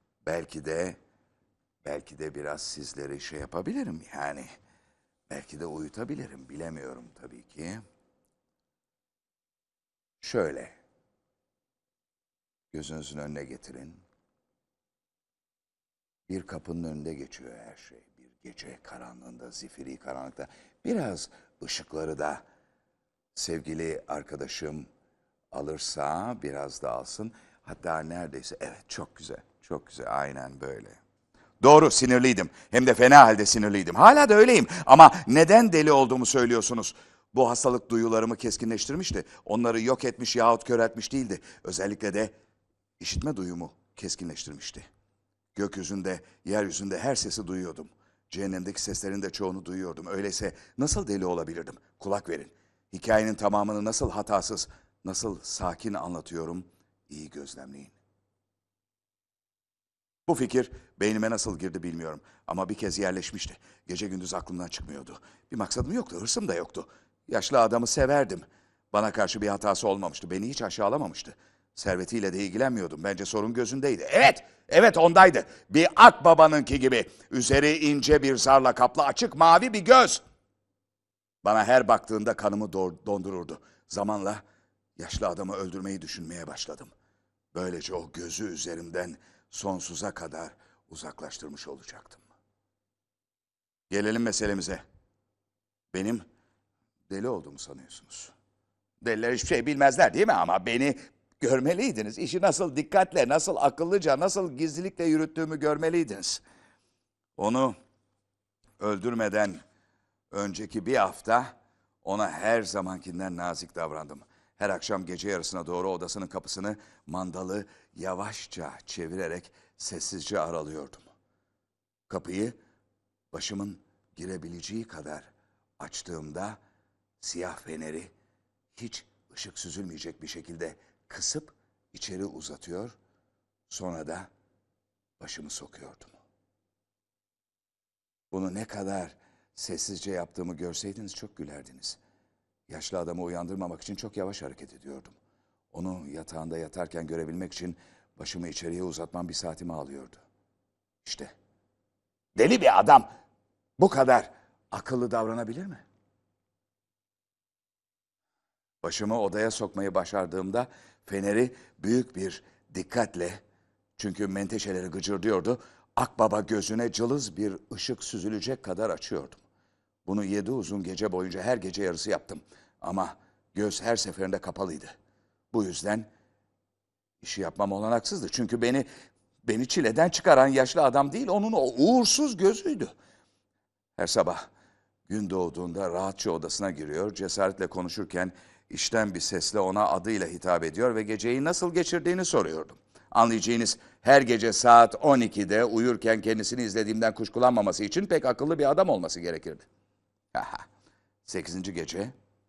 belki de biraz sizleri şey yapabilirim yani. Belki de uyutabilirim, bilemiyorum tabii ki. Şöyle, gözünüzün önüne getirin. Bir kapının önünde geçiyor her şey. Bir gece karanlığında, zifiri karanlıkta. Biraz ışıkları da sevgili arkadaşım alırsa biraz da alsın. Hatta neredeyse, evet çok güzel, çok güzel, aynen böyle. Doğru, sinirliydim. Hem de fena halde sinirliydim. Hala da öyleyim. Ama neden deli olduğumu söylüyorsunuz? Bu hastalık duyularımı keskinleştirmişti. Onları yok etmiş yahut köreltmiş değildi. Özellikle de işitme duyumu keskinleştirmişti. Gökyüzünde, yeryüzünde her sesi duyuyordum. Cehennemdeki seslerin de çoğunu duyuyordum. Öyleyse nasıl deli olabilirdim? Kulak verin. Hikayenin tamamını nasıl hatasız, nasıl sakin anlatıyorum, iyi gözlemleyin. Bu fikir beynime nasıl girdi bilmiyorum ama bir kez yerleşmişti. Gece gündüz aklımdan çıkmıyordu. Bir maksadım yoktu, hırsım da yoktu. Yaşlı adamı severdim. Bana karşı bir hatası olmamıştı, beni hiç aşağılamamıştı. Servetiyle de ilgilenmiyordum. Bence sorun gözündeydi. Evet ondaydı. Bir akbabanınki gibi. Üzeri ince bir zarla kaplı açık mavi bir göz. Bana her baktığında kanımı dondururdu. Zamanla yaşlı adamı öldürmeyi düşünmeye başladım. Böylece o gözü üzerimden sonsuza kadar uzaklaştırmış olacaktım. Gelelim meselemize. Benim deli olduğumu sanıyorsunuz. Deliler hiçbir şey bilmezler değil mi? Ama beni görmeliydiniz. İşi nasıl dikkatle, nasıl akıllıca, nasıl gizlilikle yürüttüğümü görmeliydiniz. Onu öldürmeden önceki bir hafta ona her zamankinden nazik davrandım. Her akşam gece yarısına doğru odasının kapısını mandalı yavaşça çevirerek sessizce aralıyordum. Kapıyı başımın girebileceği kadar açtığımda siyah feneri hiç ışık süzülmeyecek bir şekilde kısıp içeri uzatıyor, sonra da başımı sokuyordum. Bunu ne kadar sessizce yaptığımı görseydiniz çok gülerdiniz. Yaşlı adamı uyandırmamak için çok yavaş hareket ediyordum. Onu yatağında yatarken görebilmek için başımı içeriye uzatmam bir saatimi alıyordu. İşte deli bir adam bu kadar akıllı davranabilir mi? Başımı odaya sokmayı başardığımda feneri büyük bir dikkatle, çünkü menteşeleri gıcırdıyordu, akbaba gözüne cılız bir ışık süzülecek kadar açıyordum. Bunu 7 uzun gece boyunca her gece yarısı yaptım. Ama göz her seferinde kapalıydı. Bu yüzden işi yapmam olanaksızdı. Çünkü beni çileden çıkaran yaşlı adam değil, onun o uğursuz gözüydü. Her sabah gün doğduğunda rahatça odasına giriyor, cesaretle konuşurken içten bir sesle ona adıyla hitap ediyor ve geceyi nasıl geçirdiğini soruyordum. Anlayacağınız her gece saat 12'de uyurken kendisini izlediğimden kuşkulanmaması için pek akıllı bir adam olması gerekirdi. 8. gece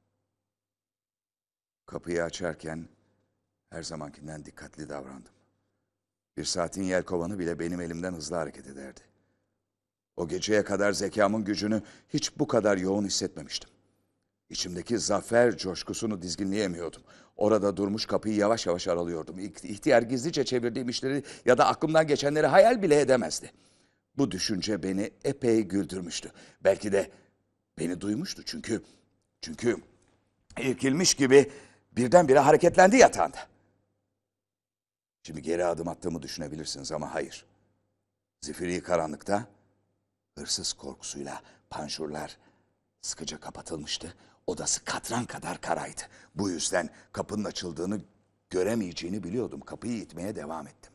kapıyı açarken her zamankinden dikkatli davrandım. Bir saatin yelkovanı bile benim elimden hızlı hareket ederdi. O geceye kadar zekamın gücünü hiç bu kadar yoğun hissetmemiştim. İçimdeki zafer coşkusunu dizginleyemiyordum. Orada durmuş kapıyı yavaş yavaş aralıyordum. İhtiyar gizlice çevirdiğim işleri ya da aklımdan geçenleri hayal bile edemezdi. Bu düşünce beni epey güldürmüştü. Belki de beni duymuştu çünkü irkilmiş gibi birdenbire hareketlendi yatağında. Şimdi geri adım attığımı düşünebilirsiniz ama hayır. Zifiri karanlıkta hırsız korkusuyla panjurlar sıkıca kapatılmıştı. Odası katran kadar karaydı. Bu yüzden kapının açıldığını göremeyeceğini biliyordum. Kapıyı itmeye devam ettim.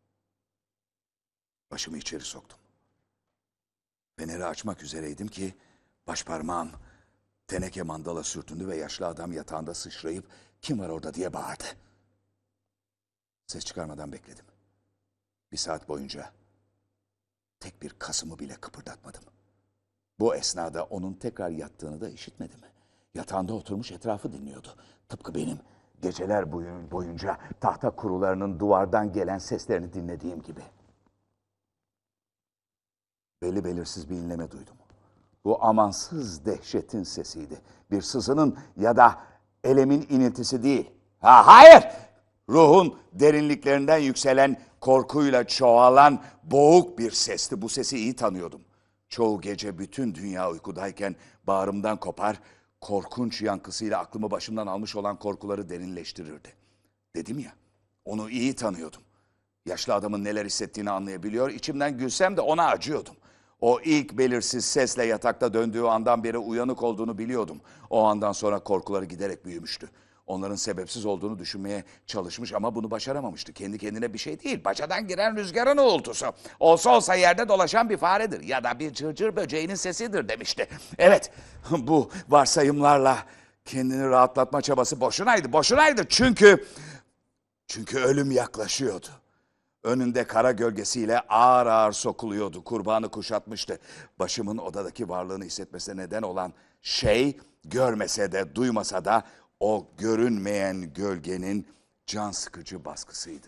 Başımı içeri soktum. Feneri açmak üzereydim ki başparmağım teneke mandala sürtündü ve yaşlı adam yatağında sıçrayıp "Kim var orada?" diye bağırdı. Ses çıkarmadan bekledim. Bir saat boyunca tek bir kasımı bile kıpırdatmadım. Bu esnada onun tekrar yattığını da işitmedim. Yatağında oturmuş etrafı dinliyordu. Tıpkı benim Geceler boyunca tahta kurularının duvardan gelen seslerini dinlediğim gibi. Belli belirsiz bir inleme duydum. Bu amansız dehşetin sesiydi. Bir sızının ya da elemin iniltisi değil. Hayır! Ruhun derinliklerinden yükselen, korkuyla çoğalan boğuk bir sesti. Bu sesi iyi tanıyordum. Çoğu gece bütün dünya uykudayken bağrımdan kopar, korkunç yankısıyla aklımı başımdan almış olan korkuları derinleştirirdi. Dedim ya, onu iyi tanıyordum. Yaşlı adamın neler hissettiğini anlayabiliyor, içimden gülsem de ona acıyordum. O ilk belirsiz sesle yatakta döndüğü andan beri uyanık olduğunu biliyordum. O andan sonra korkuları giderek büyümüştü. Onların sebepsiz olduğunu düşünmeye çalışmış ama bunu başaramamıştı. Kendi kendine bir şey değil, bacadan giren rüzgarın uğultusu. Olsa olsa yerde dolaşan bir faredir ya da bir cırcır böceğinin sesidir demişti. Evet, bu varsayımlarla kendini rahatlatma çabası boşunaydı. Çünkü ölüm yaklaşıyordu. Önünde kara gölgesiyle ağır ağır sokuluyordu. Kurbanı kuşatmıştı. Başımın odadaki varlığını hissetmesine neden olan şey, görmese de duymasa da o görünmeyen gölgenin can sıkıcı baskısıydı.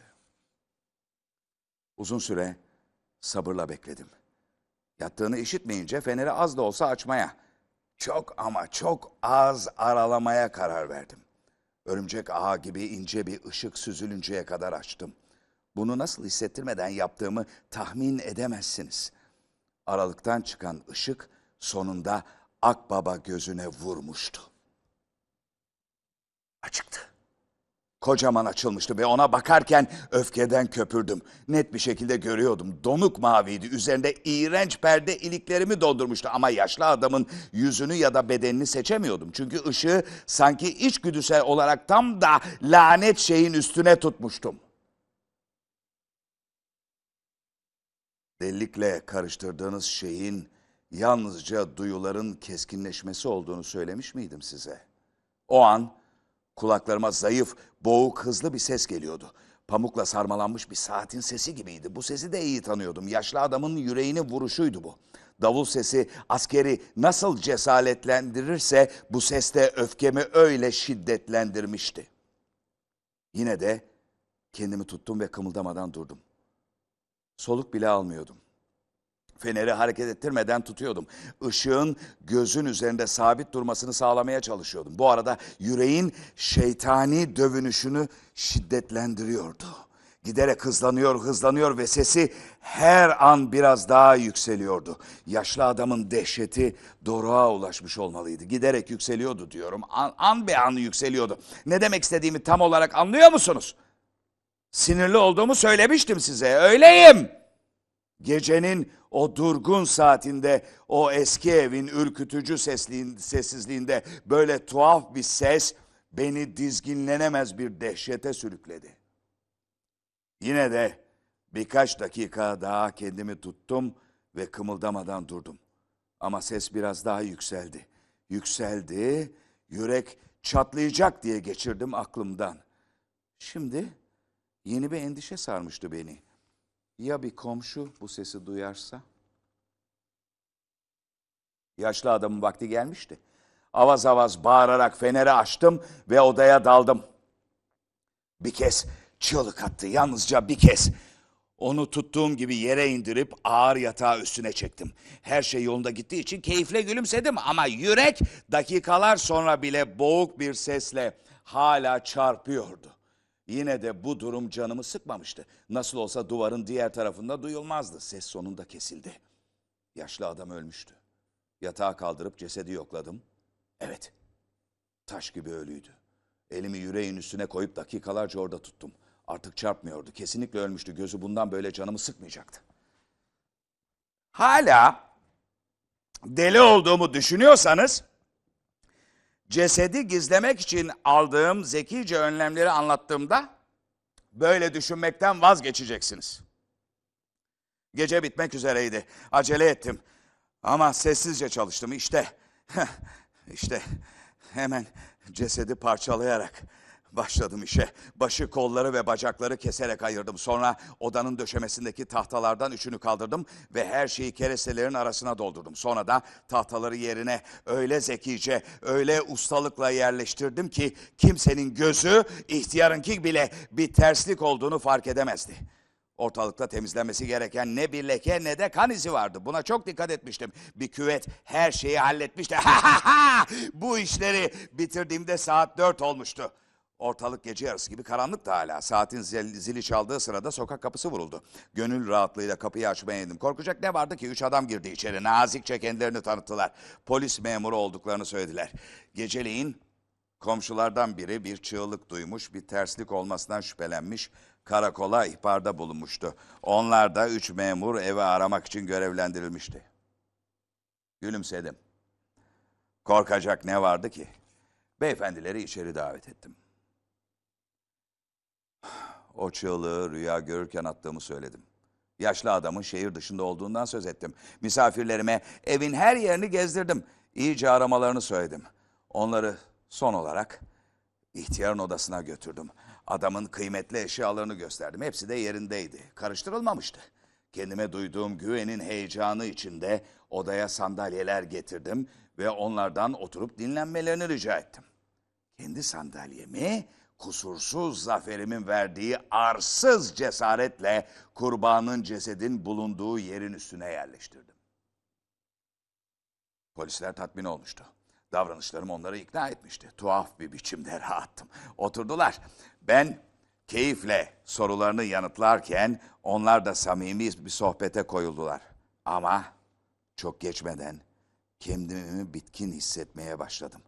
Uzun süre sabırla bekledim. Yattığını işitmeyince feneri az da olsa açmaya, çok ama çok az aralamaya karar verdim. Örümcek ağı gibi ince bir ışık süzülünceye kadar açtım. Bunu nasıl hissettirmeden yaptığımı tahmin edemezsiniz. Aralıktan çıkan ışık sonunda Akbaba gözüne vurmuştu. Açıktı. Kocaman açılmıştı ve ona bakarken öfkeden köpürdüm. Net bir şekilde görüyordum. Donuk maviydi. Üzerinde iğrenç perde iliklerimi doldurmuştu. Ama yaşlı adamın yüzünü ya da bedenini seçemiyordum. Çünkü ışığı sanki içgüdüsel olarak tam da lanet şeyin üstüne tutmuştum. Delilikle karıştırdığınız şeyin yalnızca duyuların keskinleşmesi olduğunu söylemiş miydim size? O an kulaklarıma zayıf, boğuk, hızlı bir ses geliyordu. Pamukla sarmalanmış bir saatin sesi gibiydi. Bu sesi de iyi tanıyordum. Yaşlı adamın yüreğini vuruşuydu bu. Davul sesi askeri nasıl cesaretlendirirse bu ses de öfkemi öyle şiddetlendirmişti. Yine de kendimi tuttum ve kımıldamadan durdum. Soluk bile almıyordum. Feneri hareket ettirmeden tutuyordum. Işığın gözün üzerinde sabit durmasını sağlamaya çalışıyordum. Bu arada yüreğin şeytani dövünüşünü şiddetlendiriyordu. Giderek hızlanıyor ve sesi her an biraz daha yükseliyordu. Yaşlı adamın dehşeti doruğa ulaşmış olmalıydı. Giderek yükseliyordu diyorum. An be an yükseliyordu. Ne demek istediğimi tam olarak anlıyor musunuz? Sinirli olduğumu söylemiştim size. Öyleyim. Gecenin o durgun saatinde, o eski evin ürkütücü sessizliğinde böyle tuhaf bir ses beni dizginlenemez bir dehşete sürükledi. Yine de birkaç dakika daha kendimi tuttum ve kımıldamadan durdum. Ama ses biraz daha yükseldi. Yükseldi, yürek çatlayacak diye geçirdim aklımdan. Şimdi yeni bir endişe sarmıştı beni. Ya bir komşu bu sesi duyarsa? Yaşlı adamın vakti gelmişti. Avaz avaz bağırarak feneri açtım ve odaya daldım. Bir kez çığlık attı, yalnızca bir kez. Onu tuttuğum gibi yere indirip ağır yatağı üstüne çektim. Her şey yolunda gittiği için keyifle gülümsedim ama yürek dakikalar sonra bile boğuk bir sesle hala çarpıyordu. Yine de bu durum canımı sıkmamıştı. Nasıl olsa duvarın diğer tarafında duyulmazdı. Ses sonunda kesildi. Yaşlı adam ölmüştü. Yatağı kaldırıp cesedi yokladım. Evet, taş gibi ölüydü. Elimi yüreğin üstüne koyup dakikalarca orada tuttum. Artık çarpmıyordu. Kesinlikle ölmüştü. Gözü bundan böyle canımı sıkmayacaktı. Hala deli olduğumu düşünüyorsanız, cesedi gizlemek için aldığım zekice önlemleri anlattığımda böyle düşünmekten vazgeçeceksiniz. Gece bitmek üzereydi. Acele ettim. Ama sessizce çalıştım. İşte hemen cesedi parçalayarak Başladım işe. Başı, kolları ve bacakları keserek ayırdım. Sonra odanın döşemesindeki tahtalardan üçünü kaldırdım ve her şeyi kerestelerin arasına doldurdum. Sonra da tahtaları yerine öyle zekice, öyle ustalıkla yerleştirdim ki kimsenin gözü ihtiyarınki bile bir terslik olduğunu fark edemezdi. Ortalıkta temizlenmesi gereken ne bir leke ne de kan izi vardı. Buna çok dikkat etmiştim. Bir küvet her şeyi halletmişti. Bu işleri bitirdiğimde saat 4 olmuştu. Ortalık gece yarısı gibi karanlıktı hala. Saatin zili çaldığı sırada sokak kapısı vuruldu. Gönül rahatlığıyla kapıyı açmaya indim. Korkacak ne vardı ki? 3 adam girdi içeri. Nazikçe kendilerini tanıttılar. Polis memuru olduklarını söylediler. Geceleyin komşulardan biri bir çığlık duymuş, bir terslik olmasından şüphelenmiş, karakola ihbarda bulunmuştu. Onlar da 3 memur evi aramak için görevlendirilmişti. Gülümsedim. Korkacak ne vardı ki? Beyefendileri içeri davet ettim. O çığlığı rüya görürken attığımı söyledim. Yaşlı adamın şehir dışında olduğundan söz ettim. Misafirlerime evin her yerini gezdirdim. İyice aramalarını söyledim. Onları son olarak ihtiyarın odasına götürdüm. Adamın kıymetli eşyalarını gösterdim. Hepsi de yerindeydi. Karıştırılmamıştı. Kendime duyduğum güvenin heyecanı içinde odaya sandalyeler getirdim ve onlardan oturup dinlenmelerini rica ettim. Kendi sandalyemi kusursuz zaferimin verdiği arsız cesaretle kurbanın cesedin bulunduğu yerin üstüne yerleştirdim. Polisler tatmin olmuştu. Davranışlarım onları ikna etmişti. Tuhaf bir biçimde rahattım. Oturdular. Ben keyifle sorularını yanıtlarken onlar da samimi bir sohbete koyuldular. Ama çok geçmeden kendimi bitkin hissetmeye başladım.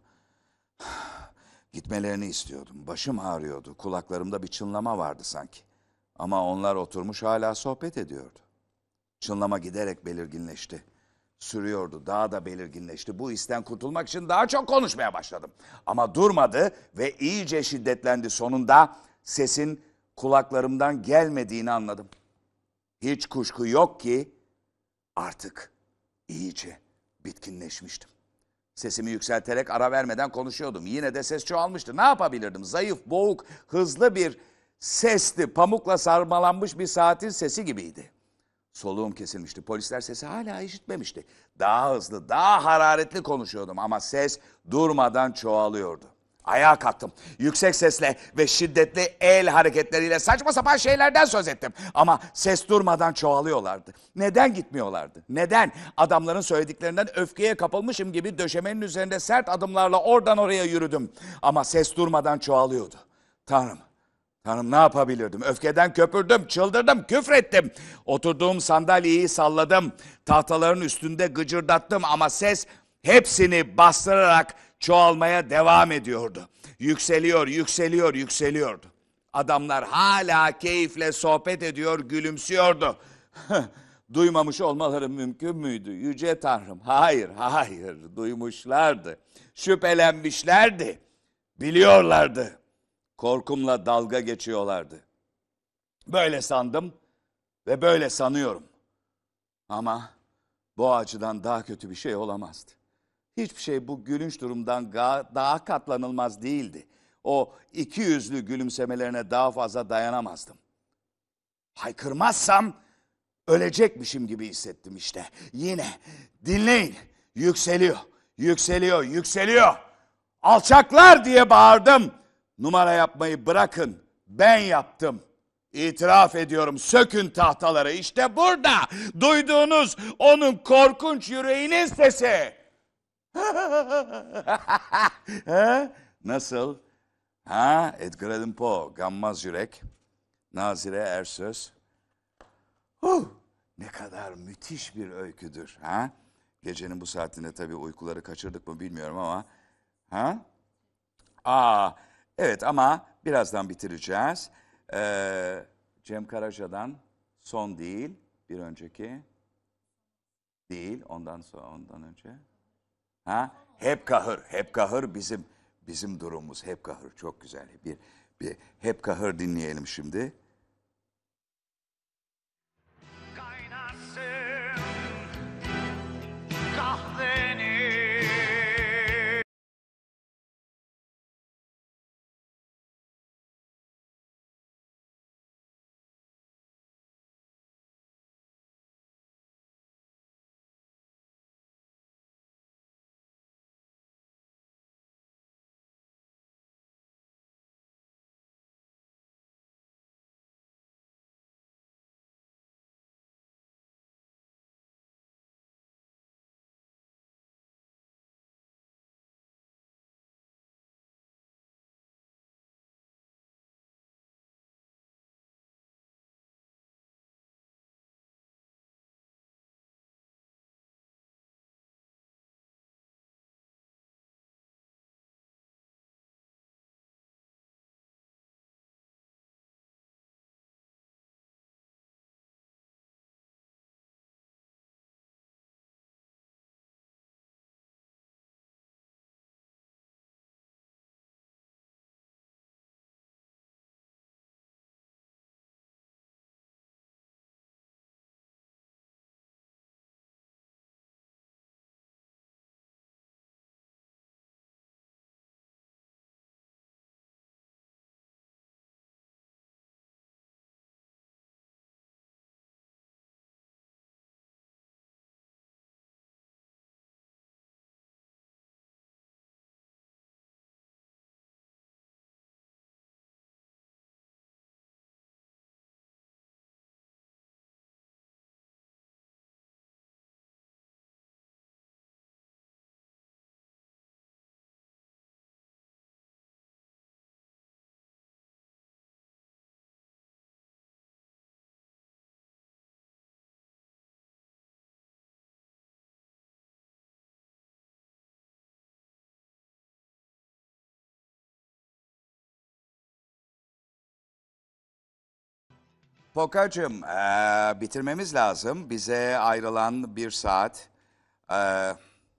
Gitmelerini istiyordum. Başım ağrıyordu. Kulaklarımda bir çınlama vardı sanki. Ama onlar oturmuş hala sohbet ediyordu. Çınlama giderek belirginleşti. Sürüyordu, daha da belirginleşti. Bu isten kurtulmak için daha çok konuşmaya başladım. Ama durmadı ve iyice şiddetlendi. Sonunda sesin kulaklarımdan gelmediğini anladım. Hiç kuşku yok ki artık iyice bitkinleşmiştim. Sesimi yükselterek ara vermeden konuşuyordum. Yine de ses çoğalmıştı. Ne yapabilirdim? Zayıf, boğuk, hızlı bir sesti. Pamukla sarmalanmış bir saatin sesi gibiydi. Soluğum kesilmişti. Polisler sesi hala işitmemişti. Daha hızlı, daha hararetli konuşuyordum ama ses durmadan çoğalıyordu. Ayağa kalktım. Yüksek sesle ve şiddetli el hareketleriyle saçma sapan şeylerden söz ettim. Ama ses durmadan çoğalıyorlardı. Neden gitmiyorlardı? Neden? Adamların söylediklerinden öfkeye kapılmışım gibi döşemenin üzerinde sert adımlarla oradan oraya yürüdüm. Ama ses durmadan çoğalıyordu. Tanrım ne yapabilirdim? Öfkeden köpürdüm, çıldırdım, küfrettim. Oturduğum sandalyeyi salladım. Tahtaların üstünde gıcırdattım ama ses hepsini bastırarak çoğalmaya devam ediyordu. Yükseliyordu. Adamlar hala keyifle sohbet ediyor, gülümsüyordu. Duymamış olmaları mümkün müydü? Yüce Tanrım, hayır, duymuşlardı. Şüphelenmişlerdi, biliyorlardı. Korkumla dalga geçiyorlardı. Böyle sandım ve böyle sanıyorum. Ama bu açıdan daha kötü bir şey olamazdı. Hiçbir şey bu gülünç durumdan daha katlanılmaz değildi. O iki yüzlü gülümsemelerine daha fazla dayanamazdım. Haykırmazsam ölecekmişim gibi hissettim işte. Yine dinleyin, yükseliyor. Alçaklar diye bağırdım. Numara yapmayı bırakın. Ben yaptım. İtiraf ediyorum. Sökün tahtaları. İşte burada. Duyduğunuz onun korkunç yüreğinin sesi. Ha? Nasıl? Ha? Edgar Allan Poe, Gammaz Yürek, Nazire Ersöz. Ne kadar müthiş bir öyküdür. Ha? Gecenin bu saatinde tabii uykuları kaçırdık mı bilmiyorum ama. Ha? Evet ama birazdan bitireceğiz. Cem Karaca'dan son değil, bir önceki değil, ondan önce. Ha? Hep kahır bizim durumumuz. Hep kahır çok güzel. Bir hep kahır dinleyelim şimdi. Pokacığım, bitirmemiz lazım. Bize ayrılan bir saat. eee,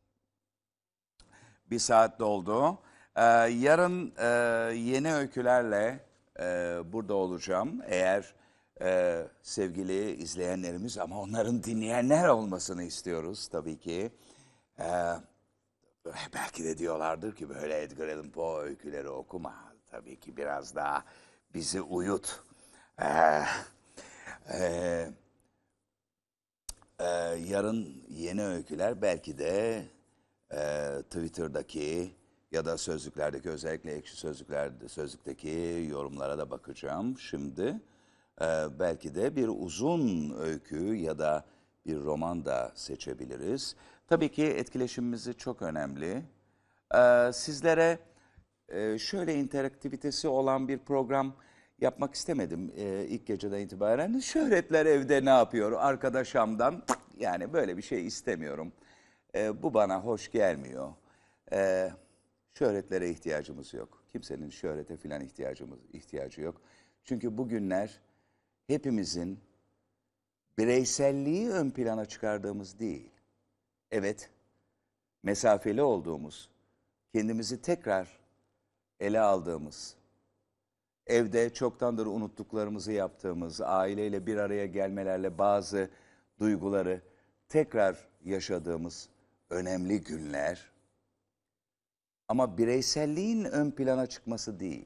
Bir saat doldu. Yarın yeni öykülerle burada olacağım. Eğer sevgili izleyenlerimiz ama onların dinleyenler olmasını istiyoruz tabii ki. Eee, Belki de diyorlardır ki böyle Edgar Allan Poe öyküleri okuma. Tabii ki biraz daha bizi uyut. Eee, eee, Ee, Yarın yeni öyküler belki de Twitter'daki ya da sözlüklerdeki özellikle ekşi sözlükteki yorumlara da bakacağım şimdi. Belki de bir uzun öykü ya da bir roman da seçebiliriz. Tabii ki etkileşimimizi çok önemli. Sizlere şöyle interaktivitesi olan bir program yapmak istemedim ilk geceden itibaren. Şöhretler evde ne yapıyor? Arkada Şam'dan yani böyle bir şey istemiyorum. Bu bana hoş gelmiyor. E, Şöhretlere ihtiyacımız yok. Kimsenin şöhrete filan ihtiyacı yok. Çünkü bugünler hepimizin bireyselliği ön plana çıkardığımız değil. Evet, mesafeli olduğumuz, kendimizi tekrar ele aldığımız, evde çoktandır unuttuklarımızı yaptığımız, aileyle bir araya gelmelerle bazı duyguları tekrar yaşadığımız önemli günler. Ama bireyselliğin ön plana çıkması değil.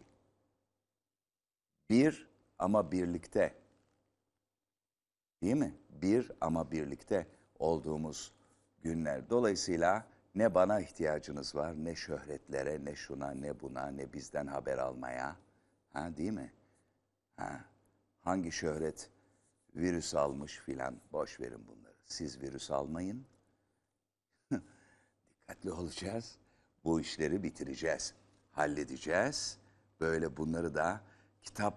Bir ama birlikte. Değil mi? Bir ama birlikte olduğumuz günler. Dolayısıyla ne bana ihtiyacınız var, ne şöhretlere, ne şuna, ne buna, ne bizden haber almaya. Ha, değil mi? Ha. Hangi şöhret virüs almış filan, boş verin bunları. Siz virüs almayın. Dikkatli olacağız. Bu işleri bitireceğiz. Halledeceğiz. Böyle bunları da kitapta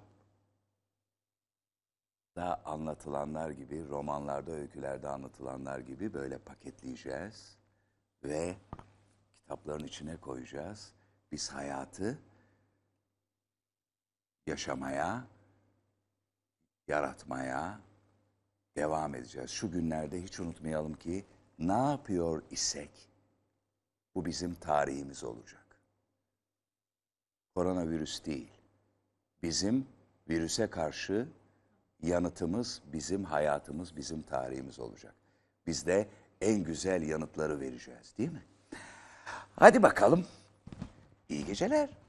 anlatılanlar gibi, romanlarda, öykülerde anlatılanlar gibi böyle paketleyeceğiz. Ve kitapların içine koyacağız. Biz hayatı yaşamaya, yaratmaya devam edeceğiz. Şu günlerde hiç unutmayalım ki ne yapıyor isek bu bizim tarihimiz olacak. Koronavirüs değil. Bizim virüse karşı yanıtımız, bizim hayatımız, bizim tarihimiz olacak. Biz de en güzel yanıtları vereceğiz, değil mi? Hadi bakalım. İyi geceler.